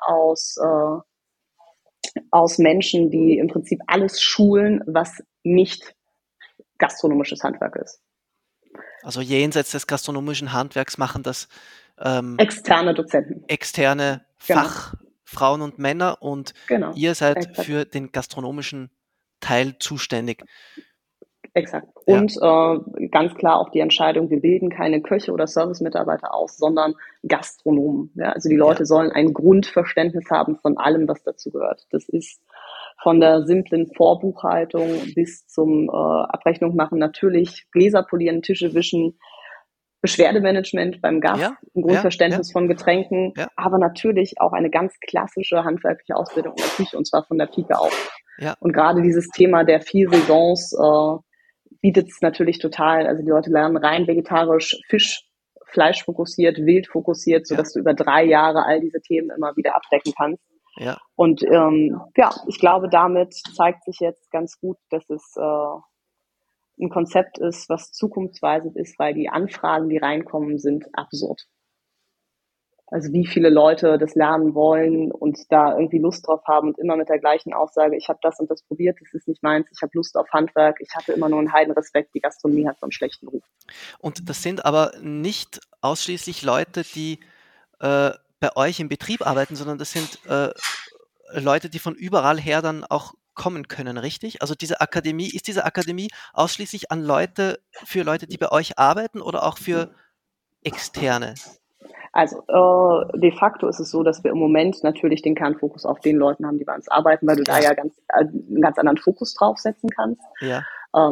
aus Menschen, die im Prinzip alles schulen, was nicht gastronomisches Handwerk ist. Also jenseits des gastronomischen Handwerks machen das externe Dozenten. Externe Fachfrauen und Männer und ihr seid für den gastronomischen Teil zuständig. Exakt. Und ganz klar auch die Entscheidung, wir bilden keine Köche oder Servicemitarbeiter aus, sondern Gastronomen. Ja? Also die Leute sollen ein Grundverständnis haben von allem, was dazu gehört. Das ist von der simplen Vorbuchhaltung bis zum Abrechnung machen, natürlich Gläser polieren, Tische wischen, Beschwerdemanagement beim Gast, ein Grundverständnis von Getränken, aber natürlich auch eine ganz klassische handwerkliche Ausbildung in der Küche, und zwar von der Pike auf. Ja. Und gerade dieses Thema der 4 Saisons bietet es natürlich total, also die Leute lernen rein vegetarisch, Fisch, Fleisch fokussiert, Wild fokussiert, sodass du über 3 Jahre all diese Themen immer wieder abdecken kannst. Ja. Und ich glaube, damit zeigt sich jetzt ganz gut, dass es ein Konzept ist, was zukunftsweisend ist, weil die Anfragen, die reinkommen, sind absurd. Also wie viele Leute das lernen wollen und da irgendwie Lust drauf haben und immer mit der gleichen Aussage, ich habe das und das probiert, das ist nicht meins, ich habe Lust auf Handwerk, ich hatte immer nur einen Heidenrespekt, die Gastronomie hat so einen schlechten Ruf. Und das sind aber nicht ausschließlich Leute, die bei euch im Betrieb arbeiten, sondern das sind Leute, die von überall her dann auch kommen können, richtig? Also ist diese Akademie ausschließlich für Leute, die bei euch arbeiten oder auch für Externe? Also de facto ist es so, dass wir im Moment natürlich den Kernfokus auf den Leuten haben, die bei uns arbeiten, weil du da ja einen ganz anderen Fokus draufsetzen kannst. Ja.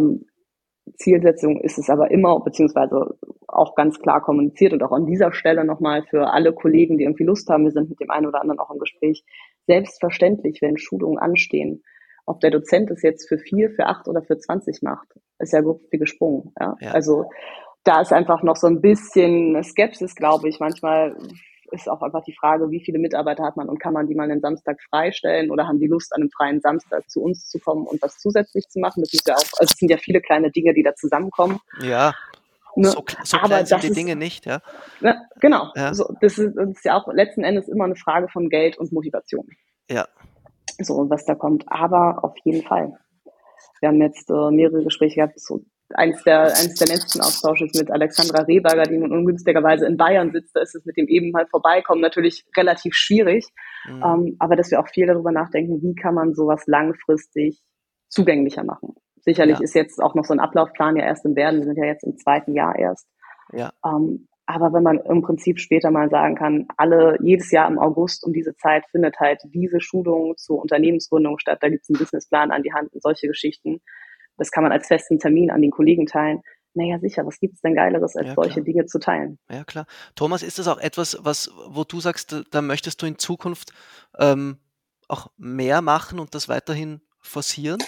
Zielsetzung ist es aber immer, beziehungsweise auch ganz klar kommuniziert und auch an dieser Stelle nochmal für alle Kollegen, die irgendwie Lust haben, wir sind mit dem einen oder anderen auch im Gespräch, selbstverständlich, wenn Schulungen anstehen, ob der Dozent es jetzt für 4, für 8 oder für 20 macht, ist ja gut wie gesprungen. Ja? Ja. Also da ist einfach noch so ein bisschen Skepsis, glaube ich. Manchmal ist auch einfach die Frage, wie viele Mitarbeiter hat man und kann man die mal einen Samstag freistellen oder haben die Lust, an einem freien Samstag zu uns zu kommen und was zusätzlich zu machen? Das ist ja auch, also es sind ja viele kleine Dinge, die da zusammenkommen. Ja, ne? so Aber klein sind das die ist, Dinge nicht, ja. ne, genau. Ja. So, das ist ja auch letzten Endes immer eine Frage von Geld und Motivation. Ja. So, und was da kommt. Aber auf jeden Fall. Wir haben jetzt mehrere Gespräche gehabt. So, eins der letzten Austausche ist mit Alexandra Rehberger, die nun ungünstigerweise in Bayern sitzt. Da ist es mit dem eben mal vorbeikommen natürlich relativ schwierig. Aber dass wir auch viel darüber nachdenken, wie kann man sowas langfristig zugänglicher machen. Sicherlich ist jetzt auch noch so ein Ablaufplan ja erst im Werden. Wir sind ja jetzt im 2. Jahr erst. Ja. Aber wenn man im Prinzip später mal sagen kann, jedes Jahr im August um diese Zeit findet halt diese Schulung zur Unternehmensgründung statt, da gibt es einen Businessplan an die Hand und solche Geschichten. Das kann man als festen Termin an den Kollegen teilen. Naja, sicher, was gibt's denn Geileres, als solche Dinge zu teilen? Ja, klar. Thomas, ist das auch etwas, wo du sagst, da möchtest du in Zukunft auch mehr machen und das weiterhin forcieren?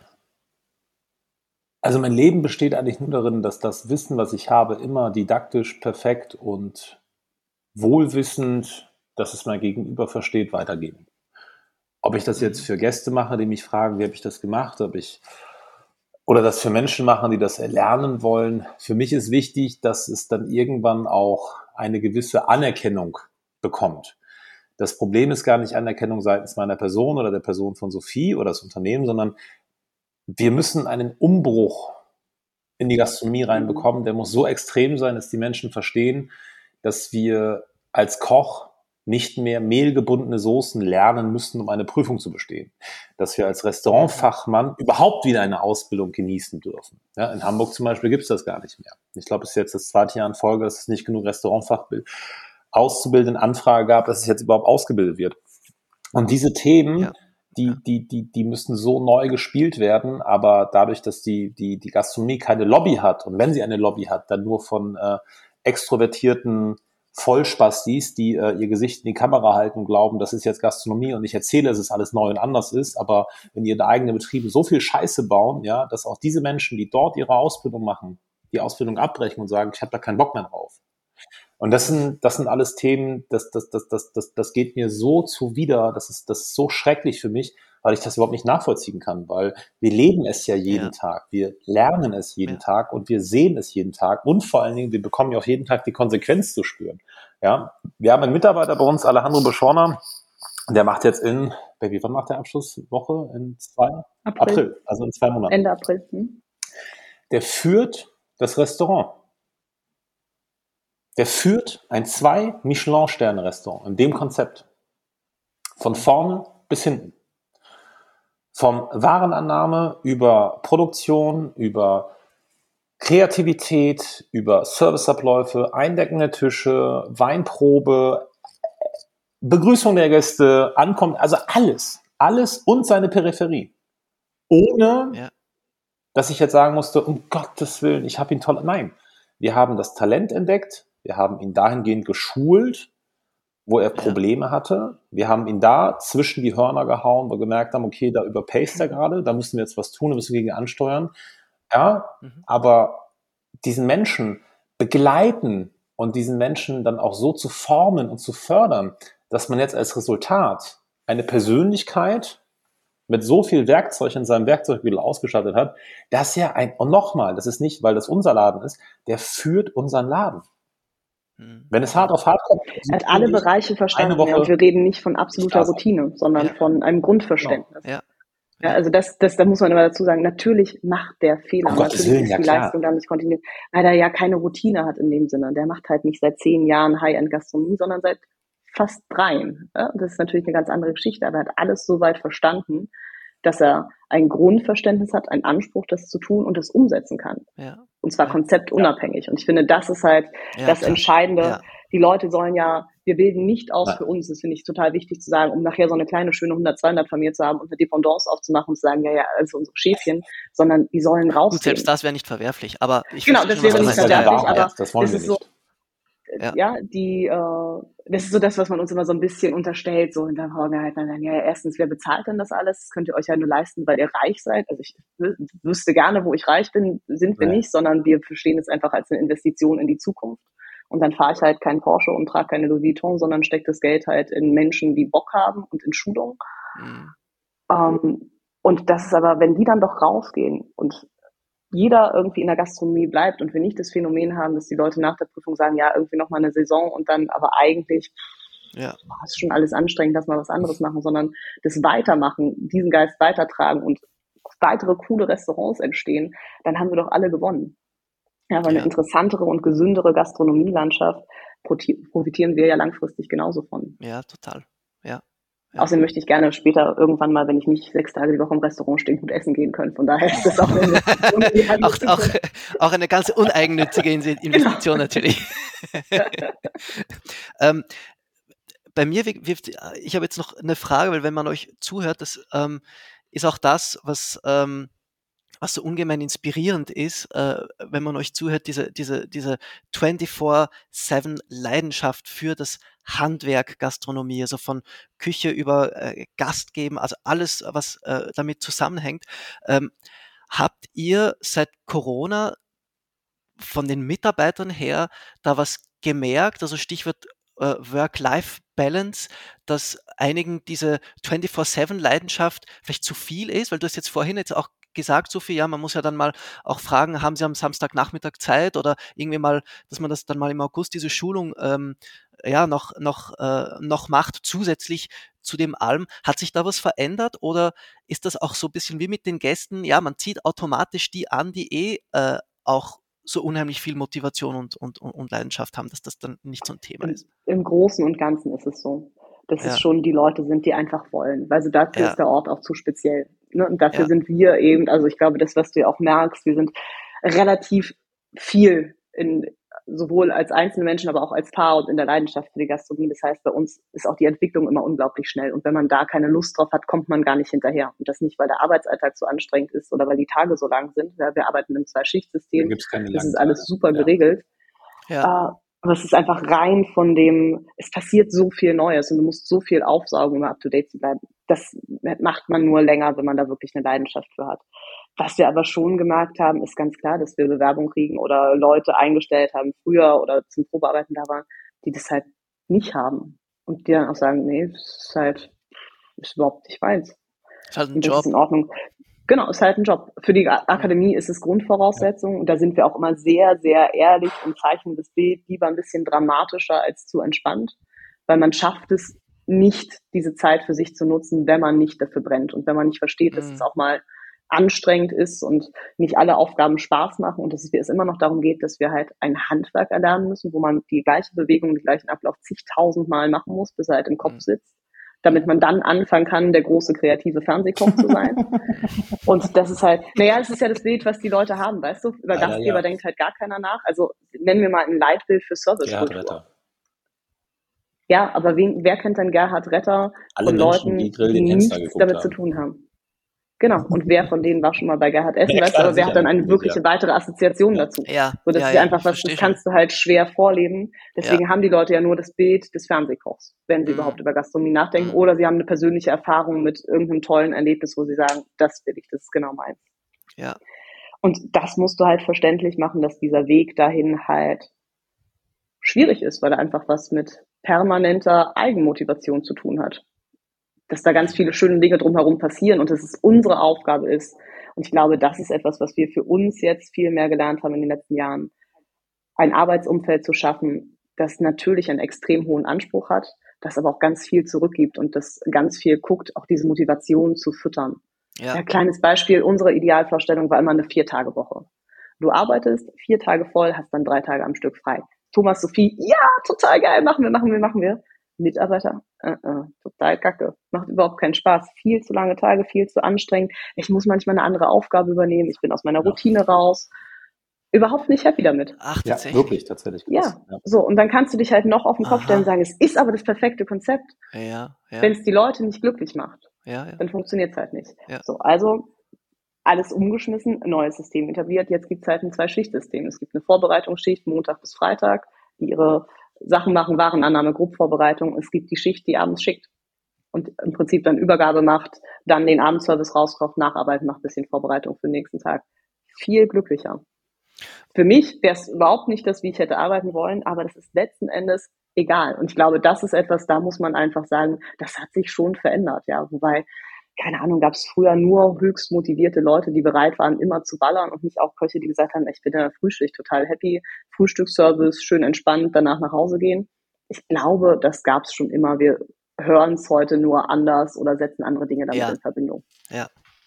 Also mein Leben besteht eigentlich nur darin, dass das Wissen, was ich habe, immer didaktisch, perfekt und wohlwissend, dass es mein Gegenüber versteht, weitergeben. Ob ich das jetzt für Gäste mache, die mich fragen, wie habe ich das gemacht, oder das für Menschen machen, die das erlernen wollen. Für mich ist wichtig, dass es dann irgendwann auch eine gewisse Anerkennung bekommt. Das Problem ist gar nicht Anerkennung seitens meiner Person oder der Person von Sophie oder das Unternehmen, sondern wir müssen einen Umbruch in die Gastronomie reinbekommen. Der muss so extrem sein, dass die Menschen verstehen, dass wir als Koch nicht mehr mehlgebundene Soßen lernen müssen, um eine Prüfung zu bestehen. Dass wir als Restaurantfachmann überhaupt wieder eine Ausbildung genießen dürfen. Ja, in Hamburg zum Beispiel gibt es das gar nicht mehr. Ich glaube, es ist jetzt das 2. Jahr in Folge, dass es nicht genug Restaurantfachauszubildenden Anfrage gab, dass es jetzt überhaupt ausgebildet wird. Und diese Themen, die müssen so neu gespielt werden, aber dadurch, dass die Gastronomie keine Lobby hat und wenn sie eine Lobby hat, dann nur von extrovertierten Vollspastis, die ihr Gesicht in die Kamera halten und glauben, das ist jetzt Gastronomie und ich erzähle, dass es alles neu und anders ist, aber wenn ihre eigenen Betriebe so viel Scheiße bauen, ja, dass auch diese Menschen, die dort ihre Ausbildung machen, die Ausbildung abbrechen und sagen, ich habe da keinen Bock mehr drauf. Und das sind alles Themen, das geht mir so zuwider, das ist so schrecklich für mich, weil ich das überhaupt nicht nachvollziehen kann, weil wir leben es ja jeden Tag, wir lernen es jeden Tag und wir sehen es jeden Tag und vor allen Dingen, wir bekommen ja auch jeden Tag die Konsequenz zu spüren. Ja, wir haben einen Mitarbeiter bei uns, Alejandro Beschorner, der macht jetzt Baby, wann macht der Abschlusswoche? In April, also in 2 Monaten. Ende April. Der führt das Restaurant. Der führt ein 2 Michelin-Sterne-Restaurant in dem Konzept. Von vorne bis hinten. Vom Warenannahme über Produktion, über Kreativität, über Serviceabläufe, Eindecken der Tische, Weinprobe, Begrüßung der Gäste, Ankommen, also alles und seine Peripherie. Ohne, dass ich jetzt sagen musste, um Gottes Willen, ich habe ihn toll. Nein, wir haben das Talent entdeckt, wir haben ihn dahingehend geschult, wo er Probleme hatte. Wir haben ihn da zwischen die Hörner gehauen, wo wir gemerkt haben, okay, da überpaced er gerade, da müssen wir jetzt was tun, da müssen wir gegen ansteuern. Ja, aber diesen Menschen begleiten und diesen Menschen dann auch so zu formen und zu fördern, dass man jetzt als Resultat eine Persönlichkeit mit so viel Werkzeug in seinem Werkzeugbündel ausgestattet hat, dass er und nochmal, das ist nicht, weil das unser Laden ist, der führt unseren Laden. Wenn es hart auf hart kommt, er hat alle Bereiche verstanden. Ja, und wir reden nicht von absoluter Routine, sondern von einem Grundverständnis. Genau. Ja, also da muss man immer dazu sagen, natürlich macht der Fehler, natürlich ist die Leistung da nicht kontinuierlich, weil er ja keine Routine hat in dem Sinne. Der macht halt nicht seit 10 Jahren High-End-Gastronomie, sondern seit fast 3. Ja, das ist natürlich eine ganz andere Geschichte, aber er hat alles so weit verstanden, dass er ein Grundverständnis hat, einen Anspruch, das zu tun und das umsetzen kann. Ja. Und zwar konzeptunabhängig. Und ich finde, das ist halt das Entscheidende. Ja. Die Leute sollen wir bilden nicht aus für uns. Das finde ich total wichtig zu sagen, um nachher so eine kleine, schöne 100-200-Familie zu haben und eine Dependance aufzumachen und zu sagen, also unsere Schäfchen, sondern die sollen rausgehen. Gut, selbst das wäre nicht verwerflich, aber das wäre nicht verwerflich, aber das wollen wir nicht. So, das ist so das, was man uns immer so ein bisschen unterstellt, so, und dann hauen wir halt dann, erstens, wer bezahlt denn das alles? Das könnt ihr euch ja nur leisten, weil ihr reich seid. Also ich wüsste gerne, wo ich reich bin, sind wir nicht, sondern wir verstehen es einfach als eine Investition in die Zukunft. Und dann fahre ich halt keinen Porsche und trage keine Louis Vuitton, sondern stecke das Geld halt in Menschen, die Bock haben und in Schulung. Und das ist aber, wenn die dann doch rausgehen und jeder irgendwie in der Gastronomie bleibt und wir nicht das Phänomen haben, dass die Leute nach der Prüfung sagen, ja, irgendwie nochmal eine Saison und dann aber eigentlich ist schon alles anstrengend, lass mal was anderes machen, sondern das Weitermachen, diesen Geist weitertragen und weitere coole Restaurants entstehen, dann haben wir doch alle gewonnen. Ja, weil eine interessantere und gesündere Gastronomielandschaft profitieren wir ja langfristig genauso von. Ja, total. Ja. Außerdem möchte ich gerne später irgendwann mal, wenn ich nicht 6 Tage die Woche im Restaurant stehe, gut essen gehen können. Von daher ist das auch eine Investition. auch eine ganz uneigennützige Investition natürlich. Bei mir, ich habe jetzt noch eine Frage, weil wenn man euch zuhört, das ist auch das, was so ungemein inspirierend ist, wenn man euch zuhört, diese 24/7 Leidenschaft für das Handwerk Gastronomie, also von Küche über Gast geben, also alles, was damit zusammenhängt. Habt ihr seit Corona von den Mitarbeitern her da was gemerkt, also Stichwort Work-Life-Balance, dass einigen diese 24/7 Leidenschaft vielleicht zu viel ist, weil du hast jetzt vorhin auch gesagt, Sophie, ja, man muss ja dann mal auch fragen, haben Sie am Samstagnachmittag Zeit oder irgendwie mal, dass man das dann mal im August diese Schulung noch macht, zusätzlich zu dem allem. Hat sich da was verändert oder ist das auch so ein bisschen wie mit den Gästen, ja, man zieht automatisch die an, die auch so unheimlich viel Motivation und Leidenschaft haben, dass das dann nicht so ein Thema ist? Im Großen und Ganzen ist es so, dass es schon die Leute sind, die einfach wollen, weil dafür ist der Ort auch zu speziell. Ne? Und dafür sind wir eben, also ich glaube, das, was du ja auch merkst, wir sind relativ viel sowohl als einzelne Menschen, aber auch als Paar und in der Leidenschaft für die Gastronomie. Das heißt, bei uns ist auch die Entwicklung immer unglaublich schnell. Und wenn man da keine Lust drauf hat, kommt man gar nicht hinterher. Und das nicht, weil der Arbeitsalltag so anstrengend ist oder weil die Tage so lang sind. Ja, wir arbeiten im 2-Schicht-System. Das ist alles super geregelt. Ja. Aber es ist einfach rein von dem, es passiert so viel Neues und du musst so viel aufsaugen, um up-to-date zu bleiben. Das macht man nur länger, wenn man da wirklich eine Leidenschaft für hat. Was wir aber schon gemerkt haben, ist ganz klar, dass wir Bewerbung kriegen oder Leute eingestellt haben früher oder zum Probearbeiten da waren, die das halt nicht haben. Und die dann auch sagen, nee, ist überhaupt nicht meins. Ist halt ein und das Job. Ist in Ordnung. Genau, ist halt ein Job. Für die Akademie ist es Grundvoraussetzung und da sind wir auch immer sehr, sehr ehrlich und zeichnen das Bild lieber ein bisschen dramatischer als zu entspannt, weil man schafft es nicht, diese Zeit für sich zu nutzen, wenn man nicht dafür brennt und wenn man nicht versteht, dass es auch mal anstrengend ist und nicht alle Aufgaben Spaß machen und dass es immer noch darum geht, dass wir halt ein Handwerk erlernen müssen, wo man die gleiche Bewegung, den gleichen Ablauf zigtausend Mal machen muss, bis er halt im Kopf sitzt, damit man dann anfangen kann, der große kreative Fernsehkoch zu sein. Und das ist halt, es ist ja das Bild, was die Leute haben, weißt du? Über Gastgeber denkt halt gar keiner nach. Also nennen wir mal ein Leitbild für Servicekultur. Ja, aber wer kennt denn Gerhard Retter von Leuten, die nichts damit zu tun haben? Genau. Und wer von denen war schon mal bei Gerhard Essen? Weißt du, aber wer hat dann eine wirkliche weitere Assoziation dazu? Ja, so, das ist ja einfach was, das kannst du halt schwer vorleben. Deswegen haben die Leute ja nur das Bild des Fernsehkochs, wenn sie überhaupt über Gastronomie nachdenken. Oder sie haben eine persönliche Erfahrung mit irgendeinem tollen Erlebnis, wo sie sagen, das will ich, das ist genau meins. Ja. Und das musst du halt verständlich machen, dass dieser Weg dahin halt schwierig ist, weil er einfach was mit permanenter Eigenmotivation zu tun hat. dass da ganz viele schöne Dinge drumherum passieren und dass es unsere Aufgabe ist. Und ich glaube, das ist etwas, was wir für uns jetzt viel mehr gelernt haben in den letzten Jahren, ein Arbeitsumfeld zu schaffen, das natürlich einen extrem hohen Anspruch hat, das aber auch ganz viel zurückgibt und das ganz viel guckt, auch diese Motivation zu füttern. Ja, kleines Beispiel, unsere Idealvorstellung war immer eine 4-Tage-Woche. Du arbeitest 4 Tage voll, hast dann 3 Tage am Stück frei. Thomas, Sophie, ja, total geil, machen wir. Mitarbeiter, total kacke, macht überhaupt keinen Spaß, viel zu lange Tage, viel zu anstrengend. Ich muss manchmal eine andere Aufgabe übernehmen, ich bin aus meiner Routine raus. Überhaupt nicht happy damit. Ach, tatsächlich? Ja, wirklich, tatsächlich. Ja, so, und dann kannst du dich halt noch auf den Kopf stellen und sagen, es ist aber das perfekte Konzept. Ja. Wenn es die Leute nicht glücklich macht, dann funktioniert es halt nicht. Ja. So, also alles umgeschmissen, neues System etabliert. Jetzt gibt es halt ein 2-Schicht-System. Es gibt eine Vorbereitungsschicht, Montag bis Freitag, die ihre Sachen machen, Warenannahme, Gruppenvorbereitung. Es gibt die Schicht, die abends schickt und im Prinzip dann Übergabe macht, dann den Abendservice rauskocht, Nacharbeit macht, bisschen Vorbereitung für den nächsten Tag. Viel glücklicher. Für mich wäre es überhaupt nicht das, wie ich hätte arbeiten wollen, aber das ist letzten Endes egal. Und ich glaube, das ist etwas, da muss man einfach sagen, das hat sich schon verändert. Ja, wobei, keine Ahnung, gab es früher nur höchst motivierte Leute, die bereit waren, immer zu ballern und nicht auch Köche, die gesagt haben, ich bin in der Frühschicht total happy, Frühstücksservice, schön entspannt, danach nach Hause gehen. Ich glaube, das gab es schon immer. Wir hören es heute nur anders oder setzen andere Dinge damit in Verbindung. Ja.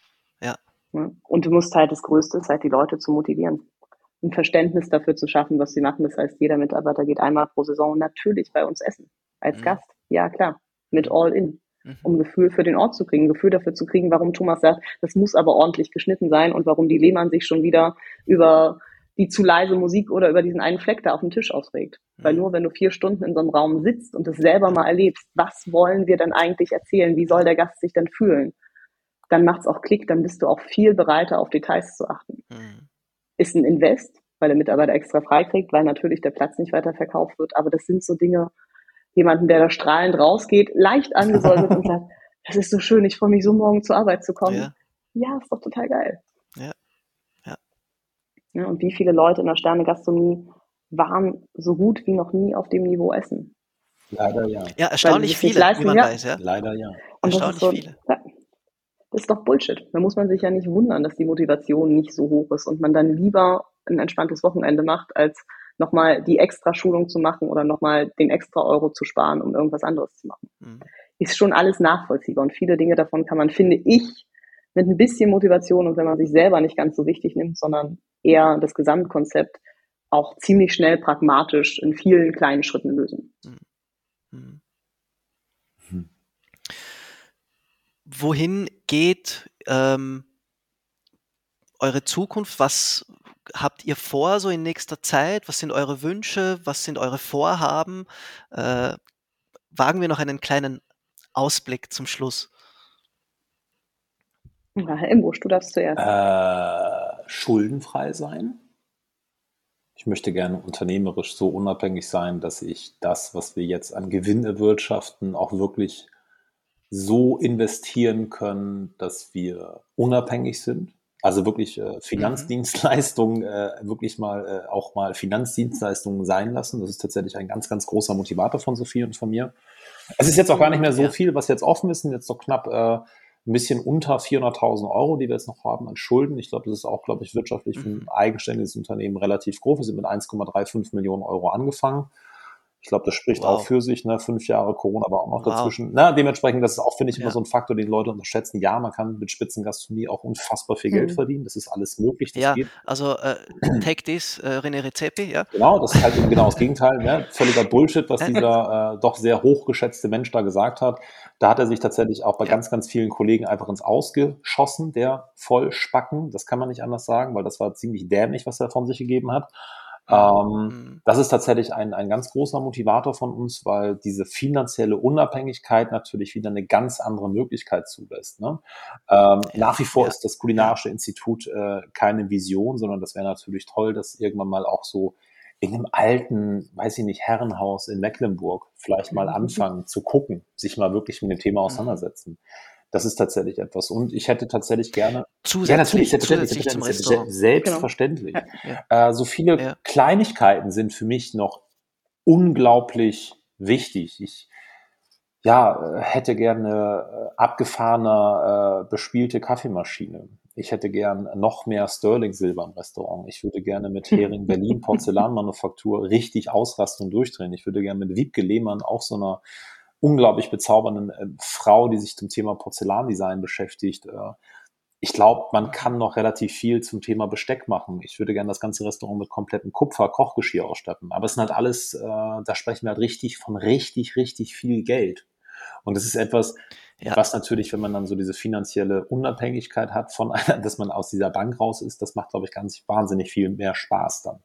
Und du musst halt, das Größte ist halt, die Leute zu motivieren. Ein Verständnis dafür zu schaffen, was sie machen. Das heißt, jeder Mitarbeiter geht einmal pro Saison natürlich bei uns essen. Als Gast. Ja, klar. Mit All-In. Um ein Gefühl für den Ort zu kriegen, ein Gefühl dafür zu kriegen, warum Thomas sagt, das muss aber ordentlich geschnitten sein und warum die Lehmann sich schon wieder über die zu leise Musik oder über diesen einen Fleck da auf dem Tisch aufregt. Weil nur wenn du 4 Stunden in so einem Raum sitzt und das selber mal erlebst, was wollen wir dann eigentlich erzählen? Wie soll der Gast sich denn fühlen? Dann macht's auch Klick, dann bist du auch viel bereiter, auf Details zu achten. Ist ein Invest, weil der Mitarbeiter extra freikriegt, weil natürlich der Platz nicht weiter verkauft wird. Aber das sind so Dinge, jemanden, der da strahlend rausgeht, leicht angesäuselt und sagt, das ist so schön, ich freue mich so, morgen zur Arbeit zu kommen. Ja, ist doch total geil. Ja, und wie viele Leute in der Sterne-Gastronomie waren so gut wie noch nie auf dem Niveau essen? Leider ja. Ja, erstaunlich viele, wie man weiß. Ja. Leider ja. Und erstaunlich viele. Ja, das ist doch Bullshit. Da muss man sich ja nicht wundern, dass die Motivation nicht so hoch ist und man dann lieber ein entspanntes Wochenende macht, als nochmal die extra Schulung zu machen oder nochmal den extra Euro zu sparen, um irgendwas anderes zu machen. Ist schon alles nachvollziehbar und viele Dinge davon kann man, finde ich, mit ein bisschen Motivation und wenn man sich selber nicht ganz so wichtig nimmt, sondern eher das Gesamtkonzept auch ziemlich schnell pragmatisch in vielen kleinen Schritten lösen. Wohin geht eure Zukunft? Was habt ihr vor so in nächster Zeit? Was sind eure Wünsche? Was sind eure Vorhaben? Wagen wir noch einen kleinen Ausblick zum Schluss. Ja, Herr Imbusch, du darfst zuerst. Schuldenfrei sein. Ich möchte gerne unternehmerisch so unabhängig sein, dass ich das, was wir jetzt an Gewinn erwirtschaften, auch wirklich so investieren können, dass wir unabhängig sind. Also wirklich Finanzdienstleistungen, wirklich mal auch mal Finanzdienstleistungen sein lassen. Das ist tatsächlich ein ganz, ganz großer Motivator von Sophie und von mir. Es ist jetzt auch gar nicht mehr so viel, was jetzt offen ist. Sind jetzt noch knapp ein bisschen unter 400.000 Euro, die wir jetzt noch haben an Schulden. Ich glaube, das ist auch, wirtschaftlich für ein eigenständiges Unternehmen relativ groß. Wir sind mit 1,35 Millionen Euro angefangen. Ich glaube, das spricht auch für sich, 5 Jahre Corona, aber auch noch dazwischen. Dementsprechend, das ist auch, finde ich, immer so ein Faktor, den Leute unterschätzen. Ja, man kann mit Spitzengastronomie auch unfassbar viel Geld verdienen. Das ist alles möglich. Das geht. Also take this, René Redzepi, ja. Genau, das ist halt eben genau das Gegenteil. Völliger Bullshit, was dieser doch sehr hochgeschätzte Mensch da gesagt hat. Da hat er sich tatsächlich auch bei ganz, ganz vielen Kollegen einfach ins Ausgeschossen, der Vollspacken. Das kann man nicht anders sagen, weil das war ziemlich dämlich, was er von sich gegeben hat. Das ist tatsächlich ein ganz großer Motivator von uns, weil diese finanzielle Unabhängigkeit natürlich wieder eine ganz andere Möglichkeit zulässt. Nach wie vor ist das Kulinarische Institut keine Vision, sondern das wäre natürlich toll, dass irgendwann mal auch so in einem alten, weiß ich nicht, Herrenhaus in Mecklenburg vielleicht mal anfangen zu gucken, sich mal wirklich mit dem Thema auseinandersetzen. Das ist tatsächlich etwas. Und ich hätte tatsächlich gerne... Zusätzlich zum Restaurant. Selbstverständlich. Genau. So viele Kleinigkeiten sind für mich noch unglaublich wichtig. Ich Ja, hätte gerne abgefahrene, bespielte Kaffeemaschine. Ich hätte gern noch mehr Sterling-Silber im Restaurant. Ich würde gerne mit Hering Berlin Porzellanmanufaktur richtig ausrasten und durchdrehen. Ich würde gerne mit Wiebke Lehmann, auch so einer unglaublich bezaubernden Frau, die sich zum Thema Porzellandesign beschäftigt. Ich glaube, man kann noch relativ viel zum Thema Besteck machen. Ich würde gerne das ganze Restaurant mit komplettem Kupfer-Kochgeschirr ausstatten. Aber es sind halt alles, da sprechen wir halt richtig von richtig, richtig viel Geld. Und das ist etwas, Ja. was natürlich, wenn man dann so diese finanzielle Unabhängigkeit hat von einer, dass man aus dieser Bank raus ist, das macht, glaube ich, ganz wahnsinnig viel mehr Spaß dann.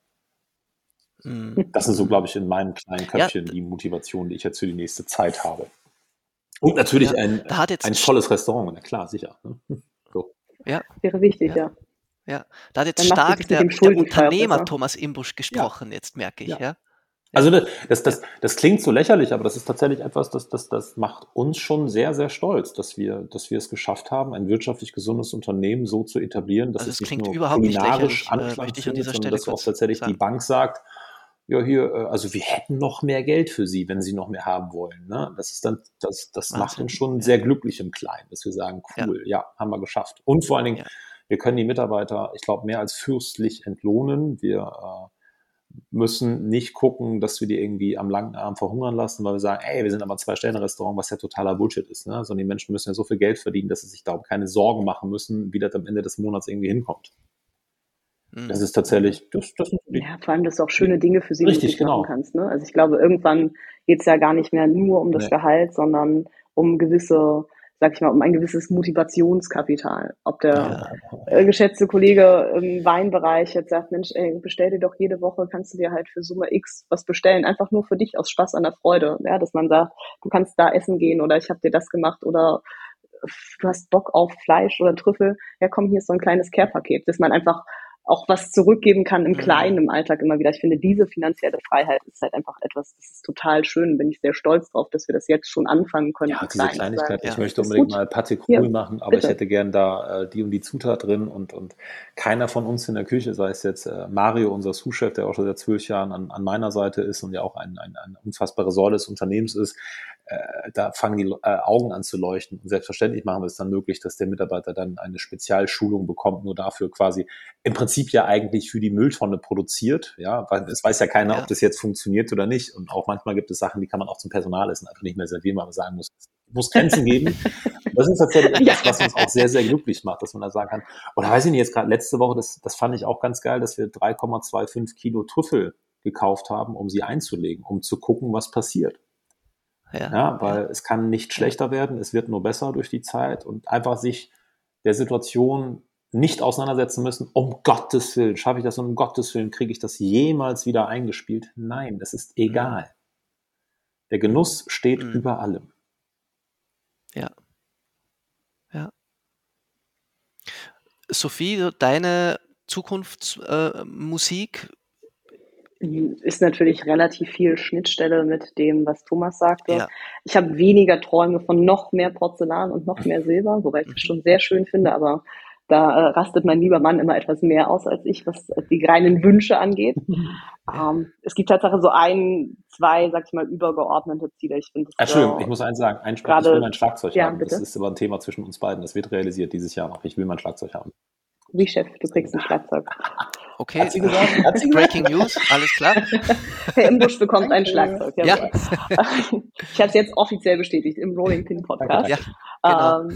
Das ist so, glaube ich, in meinem kleinen Köpfchen die Motivation, die ich jetzt für die nächste Zeit habe. Und natürlich ein volles Restaurant, na klar, sicher. So. Ja. Wäre wichtig, ja. Ja, da hat jetzt Dann macht stark sich das der mit dem Schuldenfall Unternehmer besser. Thomas Imbusch gesprochen, jetzt merke ich. Ja. Also das klingt so lächerlich, aber das ist tatsächlich etwas, das macht uns schon sehr, sehr stolz, dass wir es geschafft haben, ein wirtschaftlich gesundes Unternehmen so zu etablieren, dass Also es es nicht klingt nur überhaupt nicht kulinarisch lächerlich, Anklang möchte ich an findet, dieser sondern Stelle dass auch kurz tatsächlich die sagen. Bank sagt, ja hier, also wir hätten noch mehr Geld für Sie, wenn Sie noch mehr haben wollen. Ne? Das ist dann, das macht Wahnsinn. uns schon sehr glücklich im Kleinen, dass wir sagen, cool, ja, haben wir geschafft. Und vor allen Dingen, wir können die Mitarbeiter, ich glaube, mehr als fürstlich entlohnen. Wir müssen nicht gucken, dass wir die irgendwie am langen Arm verhungern lassen, weil wir sagen, ey, wir sind aber ein 2-Sterne-Restaurant, was ja totaler Bullshit ist. Ne? Sondern die Menschen müssen ja so viel Geld verdienen, dass sie sich darum keine Sorgen machen müssen, wie das am Ende des Monats irgendwie hinkommt. Das ist tatsächlich, das Ja, vor allem, dass du auch schöne Dinge für sie richtig, möglich machen genau. kannst. Ne? Also ich glaube, irgendwann geht es ja gar nicht mehr nur um das Nee. Gehalt, sondern um gewisse, sag ich mal, um ein gewisses Motivationskapital. Ob der geschätzte Kollege im Weinbereich jetzt sagt, Mensch, ey, bestell dir doch jede Woche, kannst du dir halt für Summe X was bestellen, einfach nur für dich aus Spaß an der Freude. Ja, dass man sagt, du kannst da essen gehen oder ich habe dir das gemacht oder du hast Bock auf Fleisch oder Trüffel, ja komm, hier ist so ein kleines Care-Paket, dass man einfach auch was zurückgeben kann im Kleinen, im Alltag immer wieder. Ich finde, diese finanzielle Freiheit ist halt einfach etwas, das ist total schön. Bin ich sehr stolz drauf, dass wir das jetzt schon anfangen können. Ja, diese Kleinigkeit. Ich möchte ist unbedingt gut. mal Pâté Hier, Cruel machen, aber bitte. ich hätte gern da die und die Zutat drin und keiner von uns in der Küche, sei es jetzt Mario, unser Sous-Chef, der auch schon seit 12 Jahren an meiner Seite ist und ja auch eine unfassbare Säule des Unternehmens ist, da fangen die Augen an zu leuchten. Und selbstverständlich machen wir es dann möglich, dass der Mitarbeiter dann eine Spezialschulung bekommt, nur dafür quasi im Prinzip ja eigentlich für die Mülltonne produziert. Ja, weil es weiß ja keiner, ob das jetzt funktioniert oder nicht. Und auch manchmal gibt es Sachen, die kann man auch zum Personalessen einfach nicht mehr servieren, weil man sagen muss, es muss Grenzen geben. Das ist tatsächlich etwas, was uns auch sehr, sehr glücklich macht, dass man da sagen kann. Oder weiß ich nicht, jetzt gerade letzte Woche, das fand ich auch ganz geil, dass wir 3,25 Kilo Trüffel gekauft haben, um sie einzulegen, um zu gucken, was passiert. Ja, weil es kann nicht schlechter werden, es wird nur besser durch die Zeit und einfach sich der Situation nicht auseinandersetzen müssen, um Gottes Willen, schaffe ich das und um Gottes Willen kriege ich das jemals wieder eingespielt? Nein, das ist egal. Der Genuss steht über allem. Ja. Ja. Sophie, deine Zukunftsmusik? Ist natürlich relativ viel Schnittstelle mit dem, was Thomas sagte. Ja. Ich habe weniger Träume von noch mehr Porzellan und noch mehr Silber, wobei ich das schon sehr schön finde, aber da rastet mein lieber Mann immer etwas mehr aus als ich, was die reinen Wünsche angeht. Es gibt Tatsache so 1, 2, sag ich mal, übergeordnete Ziele. Ich finde Entschuldigung, ich muss eins sagen, ich will mein Schlagzeug haben. Bitte? Das ist aber ein Thema zwischen uns beiden. Das wird realisiert dieses Jahr noch. Ich will mein Schlagzeug haben. Wie Chef, du kriegst ein Schlagzeug. Okay, Hat sie gesagt? Hat sie Breaking News, alles klar. Herr Imbusch bekommt ein Schlagzeug. Ja. Ich habe es jetzt offiziell bestätigt im Rolling Pin Podcast. Ja, genau.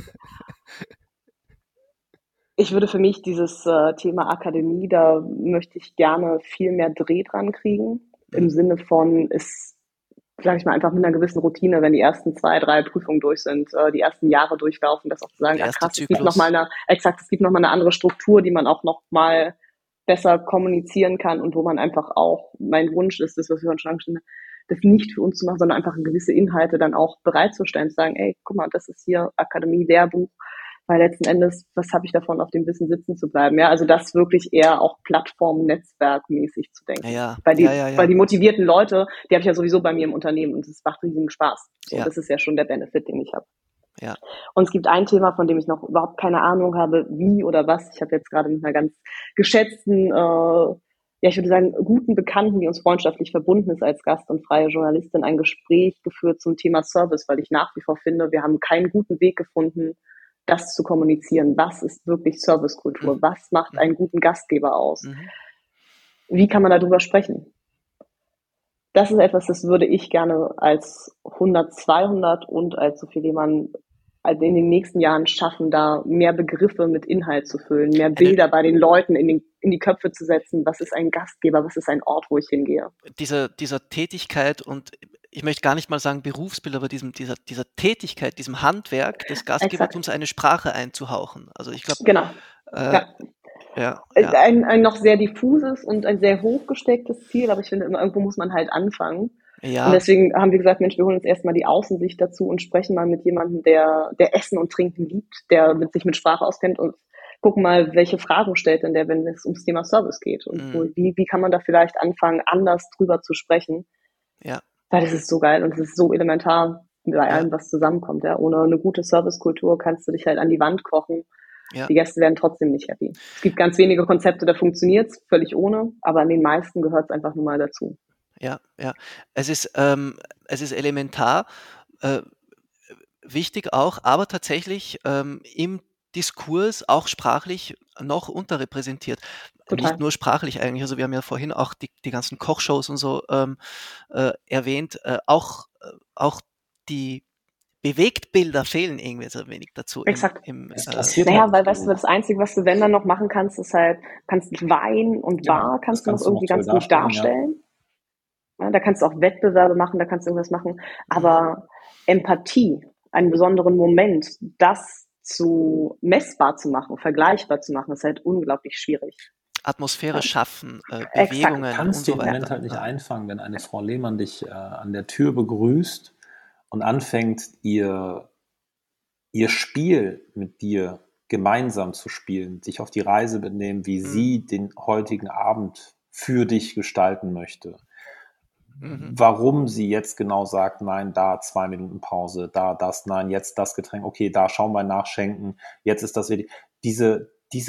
Ich würde für mich dieses Thema Akademie, da möchte ich gerne viel mehr Dreh dran kriegen. Im Sinne von, es, sage ich mal, einfach mit einer gewissen Routine, wenn die ersten 2, 3 Prüfungen durch sind, die ersten Jahre durchlaufen, das auch zu sagen, krass, es gibt nochmal eine andere Struktur, die man auch nochmal besser kommunizieren kann und wo man einfach auch, mein Wunsch ist, das, was wir schon angesprochen haben, das nicht für uns zu machen, sondern einfach gewisse Inhalte dann auch bereitzustellen, zu sagen, ey, guck mal, das ist hier Akademie, Lehrbuch, weil letzten Endes, was habe ich davon, auf dem Wissen sitzen zu bleiben? Ja, also das wirklich eher auch Plattform-Netzwerkmäßig zu denken. Weil die motivierten Leute, die habe ich ja sowieso bei mir im Unternehmen und es macht riesigen Spaß. So, das ist ja schon der Benefit, den ich habe. Ja. Und es gibt ein Thema, von dem ich noch überhaupt keine Ahnung habe, wie oder was. Ich habe jetzt gerade mit einer ganz geschätzten ich würde sagen, guten Bekannten, die uns freundschaftlich verbunden ist als Gast und freie Journalistin, ein Gespräch geführt zum Thema Service, weil ich nach wie vor finde, wir haben keinen guten Weg gefunden, das zu kommunizieren. Was ist wirklich Servicekultur? Was macht einen guten Gastgeber aus? Wie kann man darüber sprechen? Das ist etwas, das würde ich gerne als 100, 200 und als so viel jemand in den nächsten Jahren schaffen, da mehr Begriffe mit Inhalt zu füllen, mehr Bilder bei den Leuten in die Köpfe zu setzen. Was ist ein Gastgeber? Was ist ein Ort, wo ich hingehe? Dieser Tätigkeit und ich möchte gar nicht mal sagen Berufsbild, aber dieser Tätigkeit, diesem Handwerk des Gastgebertums eine Sprache einzuhauchen. Also ich glaube, genau. Ein noch sehr diffuses und ein sehr hochgestecktes Ziel, aber ich finde immer, irgendwo muss man halt anfangen. Ja. Und deswegen haben wir gesagt, Mensch, wir holen uns erstmal die Außensicht dazu und sprechen mal mit jemandem, der Essen und Trinken liebt, der sich mit Sprache auskennt und gucken mal, welche Fragen stellt denn der, wenn es ums Thema Service geht und wie kann man da vielleicht anfangen, anders drüber zu sprechen. Ja. Weil das ist so geil und es ist so elementar bei allem, was zusammenkommt. Ja. Ohne eine gute Servicekultur kannst du dich halt an die Wand kochen. Ja. Die Gäste werden trotzdem nicht happy. Es gibt ganz wenige Konzepte, da funktioniert es völlig ohne, aber an den meisten gehört es einfach nur mal dazu. Ja. Es ist elementar, wichtig auch, aber tatsächlich im Diskurs auch sprachlich noch unterrepräsentiert. Total. Nicht nur sprachlich eigentlich, also wir haben ja vorhin auch die ganzen Kochshows und so erwähnt, auch die Bewegtbilder fehlen irgendwie so wenig dazu. Exakt. Weil weißt du, das Einzige, was du wenn dann noch machen kannst, ist halt, kannst Wein und Bar kannst du noch irgendwie ganz gut darstellen. Ja, da kannst du auch Wettbewerbe machen, da kannst du irgendwas machen. Aber Empathie, einen besonderen Moment, das messbar zu machen, vergleichbar zu machen, ist halt unglaublich schwierig. Atmosphäre schaffen, Bewegungen. Du kannst den Moment halt nicht einfangen, wenn eine Frau Lehmann dich an der Tür begrüßt und anfängt, ihr Spiel mit dir gemeinsam zu spielen, sich auf die Reise mitnehmen, wie sie den heutigen Abend für dich gestalten möchte. Warum sie jetzt genau sagt, nein, da 2 Minuten Pause, da das, nein, jetzt das Getränk, okay, da schauen wir nachschenken, jetzt ist das wieder. Diese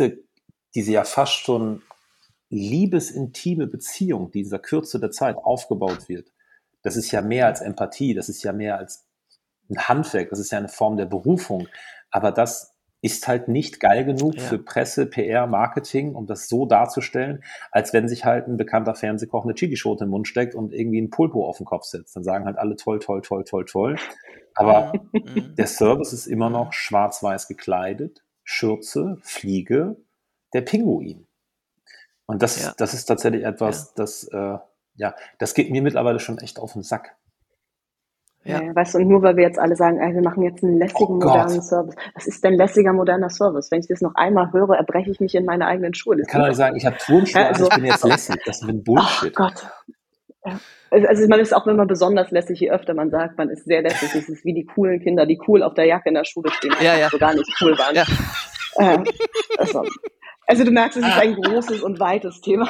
ja fast schon liebesintime Beziehung, die in dieser Kürze der Zeit aufgebaut wird, das ist ja mehr als Empathie, das ist ja mehr als ein Handwerk, das ist ja eine Form der Berufung, aber das ist halt nicht geil genug für Presse, PR, Marketing, um das so darzustellen, als wenn sich halt ein bekannter Fernsehkoch eine Chilischote im Mund steckt und irgendwie ein Pulpo auf den Kopf setzt. Dann sagen halt alle toll, toll, toll, toll, toll. Aber der Service ist immer noch schwarz-weiß gekleidet, Schürze, Fliege, der Pinguin. Und das ist tatsächlich etwas, das geht mir mittlerweile schon echt auf den Sack. Ja. Weißt du, und nur weil wir jetzt alle sagen, wir machen jetzt einen lässigen, modernen Service. Was ist denn lässiger, moderner Service? Wenn ich das noch einmal höre, erbreche ich mich in meine eigenen Schuhe. Ich kann doch nicht sagen, ich habe Turnschuhe, ich bin jetzt lässig. Das ist ein Bullshit. Oh Gott. Ja. Also man ist auch immer besonders lässig, je öfter man sagt, man ist sehr lässig. Es ist wie die coolen Kinder, die cool auf der Jacke in der Schule stehen, so gar nicht cool waren. Ja. Also du merkst, es ist ein großes und weites Thema.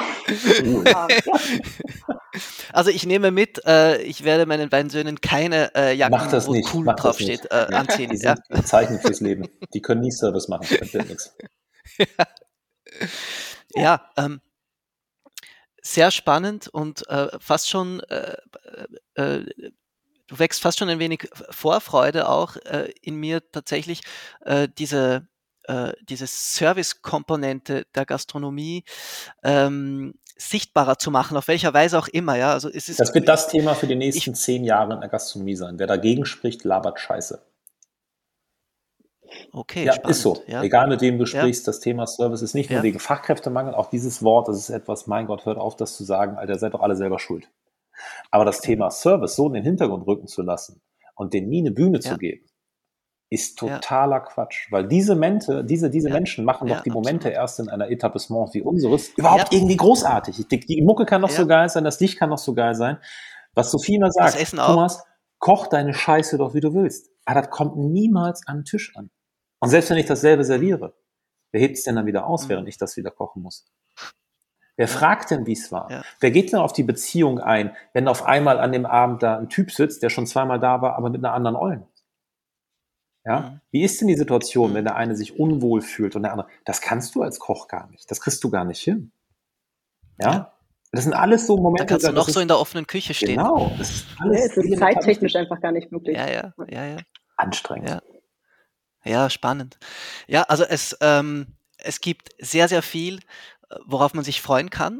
Also ich nehme mit, ich werde meinen beiden Söhnen keine Jacken, wo cool draufsteht, anziehen. Die sind Zeichen fürs Leben. Die können nie Service machen. Das wird nichts. Sehr spannend und fast schon, du wächst fast schon ein wenig Vorfreude auch in mir tatsächlich, diese Service-Komponente der Gastronomie sichtbarer zu machen, auf welcher Weise auch immer. Ja? Also das wird das Thema für die nächsten 10 Jahre in der Gastronomie sein. Wer dagegen spricht, labert Scheiße. Okay, spannend. Ist so. Ja. Egal mit wem du sprichst, das Thema Service ist nicht nur wegen Fachkräftemangel, auch dieses Wort, das ist etwas, mein Gott, hört auf, das zu sagen, Alter, seid doch alle selber schuld. Aber das Thema Service so in den Hintergrund rücken zu lassen und denen nie eine Bühne zu geben, ist totaler Quatsch, weil diese Menschen machen doch die Momente erst in einer Etablissement wie unseres überhaupt irgendwie großartig. Die Mucke kann noch so geil sein, das Licht kann noch so geil sein. Was Sophie immer sagt, Thomas, koch deine Scheiße doch, wie du willst. Aber das kommt niemals an den Tisch an. Und selbst wenn ich dasselbe serviere, wer hebt es denn dann wieder aus, während ich das wieder kochen muss? Wer fragt denn, wie es war? Ja. Wer geht denn auf die Beziehung ein, wenn auf einmal an dem Abend da ein Typ sitzt, der schon 2-mal da war, aber mit einer anderen Ollen? Ja? Wie ist denn die Situation, wenn der eine sich unwohl fühlt und der andere? Das kannst du als Koch gar nicht. Das kriegst du gar nicht hin. Ja? Das sind alles so Momente. Da kannst du noch so in der offenen Küche stehen. Genau. Das ist alles Es ist zeittechnisch einfach gar nicht möglich. Ja. anstrengend. Ja, spannend. Ja, also es gibt sehr, sehr viel, worauf man sich freuen kann.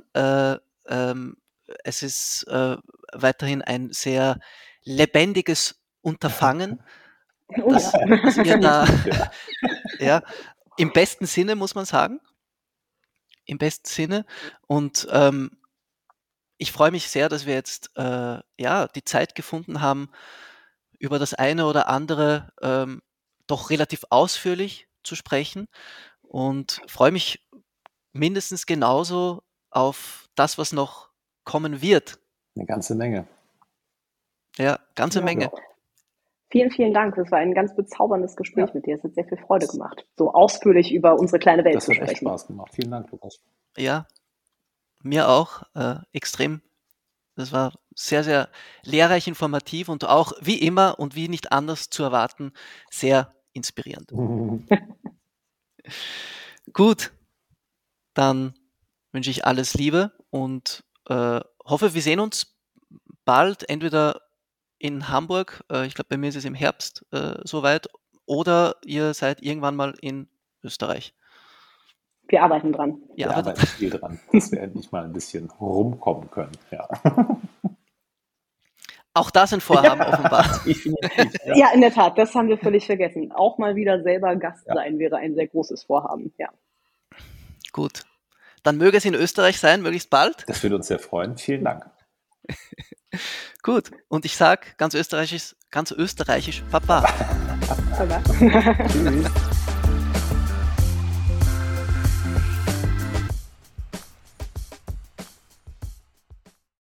Es ist weiterhin ein sehr lebendiges Unterfangen, dass ihr da, ja, im besten Sinne, muss man sagen. Im besten Sinne. Und ich freue mich sehr, dass wir jetzt die Zeit gefunden haben, über das eine oder andere doch relativ ausführlich zu sprechen und freue mich mindestens genauso auf das, was noch kommen wird. Eine ganze Menge. Ja, ganze Menge. Ja. Vielen, vielen Dank. Das war ein ganz bezauberndes Gespräch mit dir. Es hat sehr viel Freude gemacht, so ausführlich über unsere kleine Welt Das zu hat echt sprechen. Spaß gemacht. Vielen Dank, Lukas. Ja, mir auch extrem. Das war sehr, sehr lehrreich, informativ und auch wie immer und wie nicht anders zu erwarten, sehr inspirierend. Gut, dann wünsche ich alles Liebe und hoffe, wir sehen uns bald, entweder in Hamburg, ich glaube, bei mir ist es im Herbst soweit, oder ihr seid irgendwann mal in Österreich. Wir arbeiten dran. Wir arbeiten viel dran, dass wir endlich mal ein bisschen rumkommen können. Ja. Auch das ein Vorhaben offenbar. Ja, in der Tat, das haben wir völlig vergessen. Auch mal wieder selber Gast sein wäre ein sehr großes Vorhaben. Ja. Gut. Dann möge es in Österreich sein, möglichst bald. Das würde uns sehr freuen. Vielen Dank. Gut. Und ich sage ganz österreichisch Papa. Tschüss.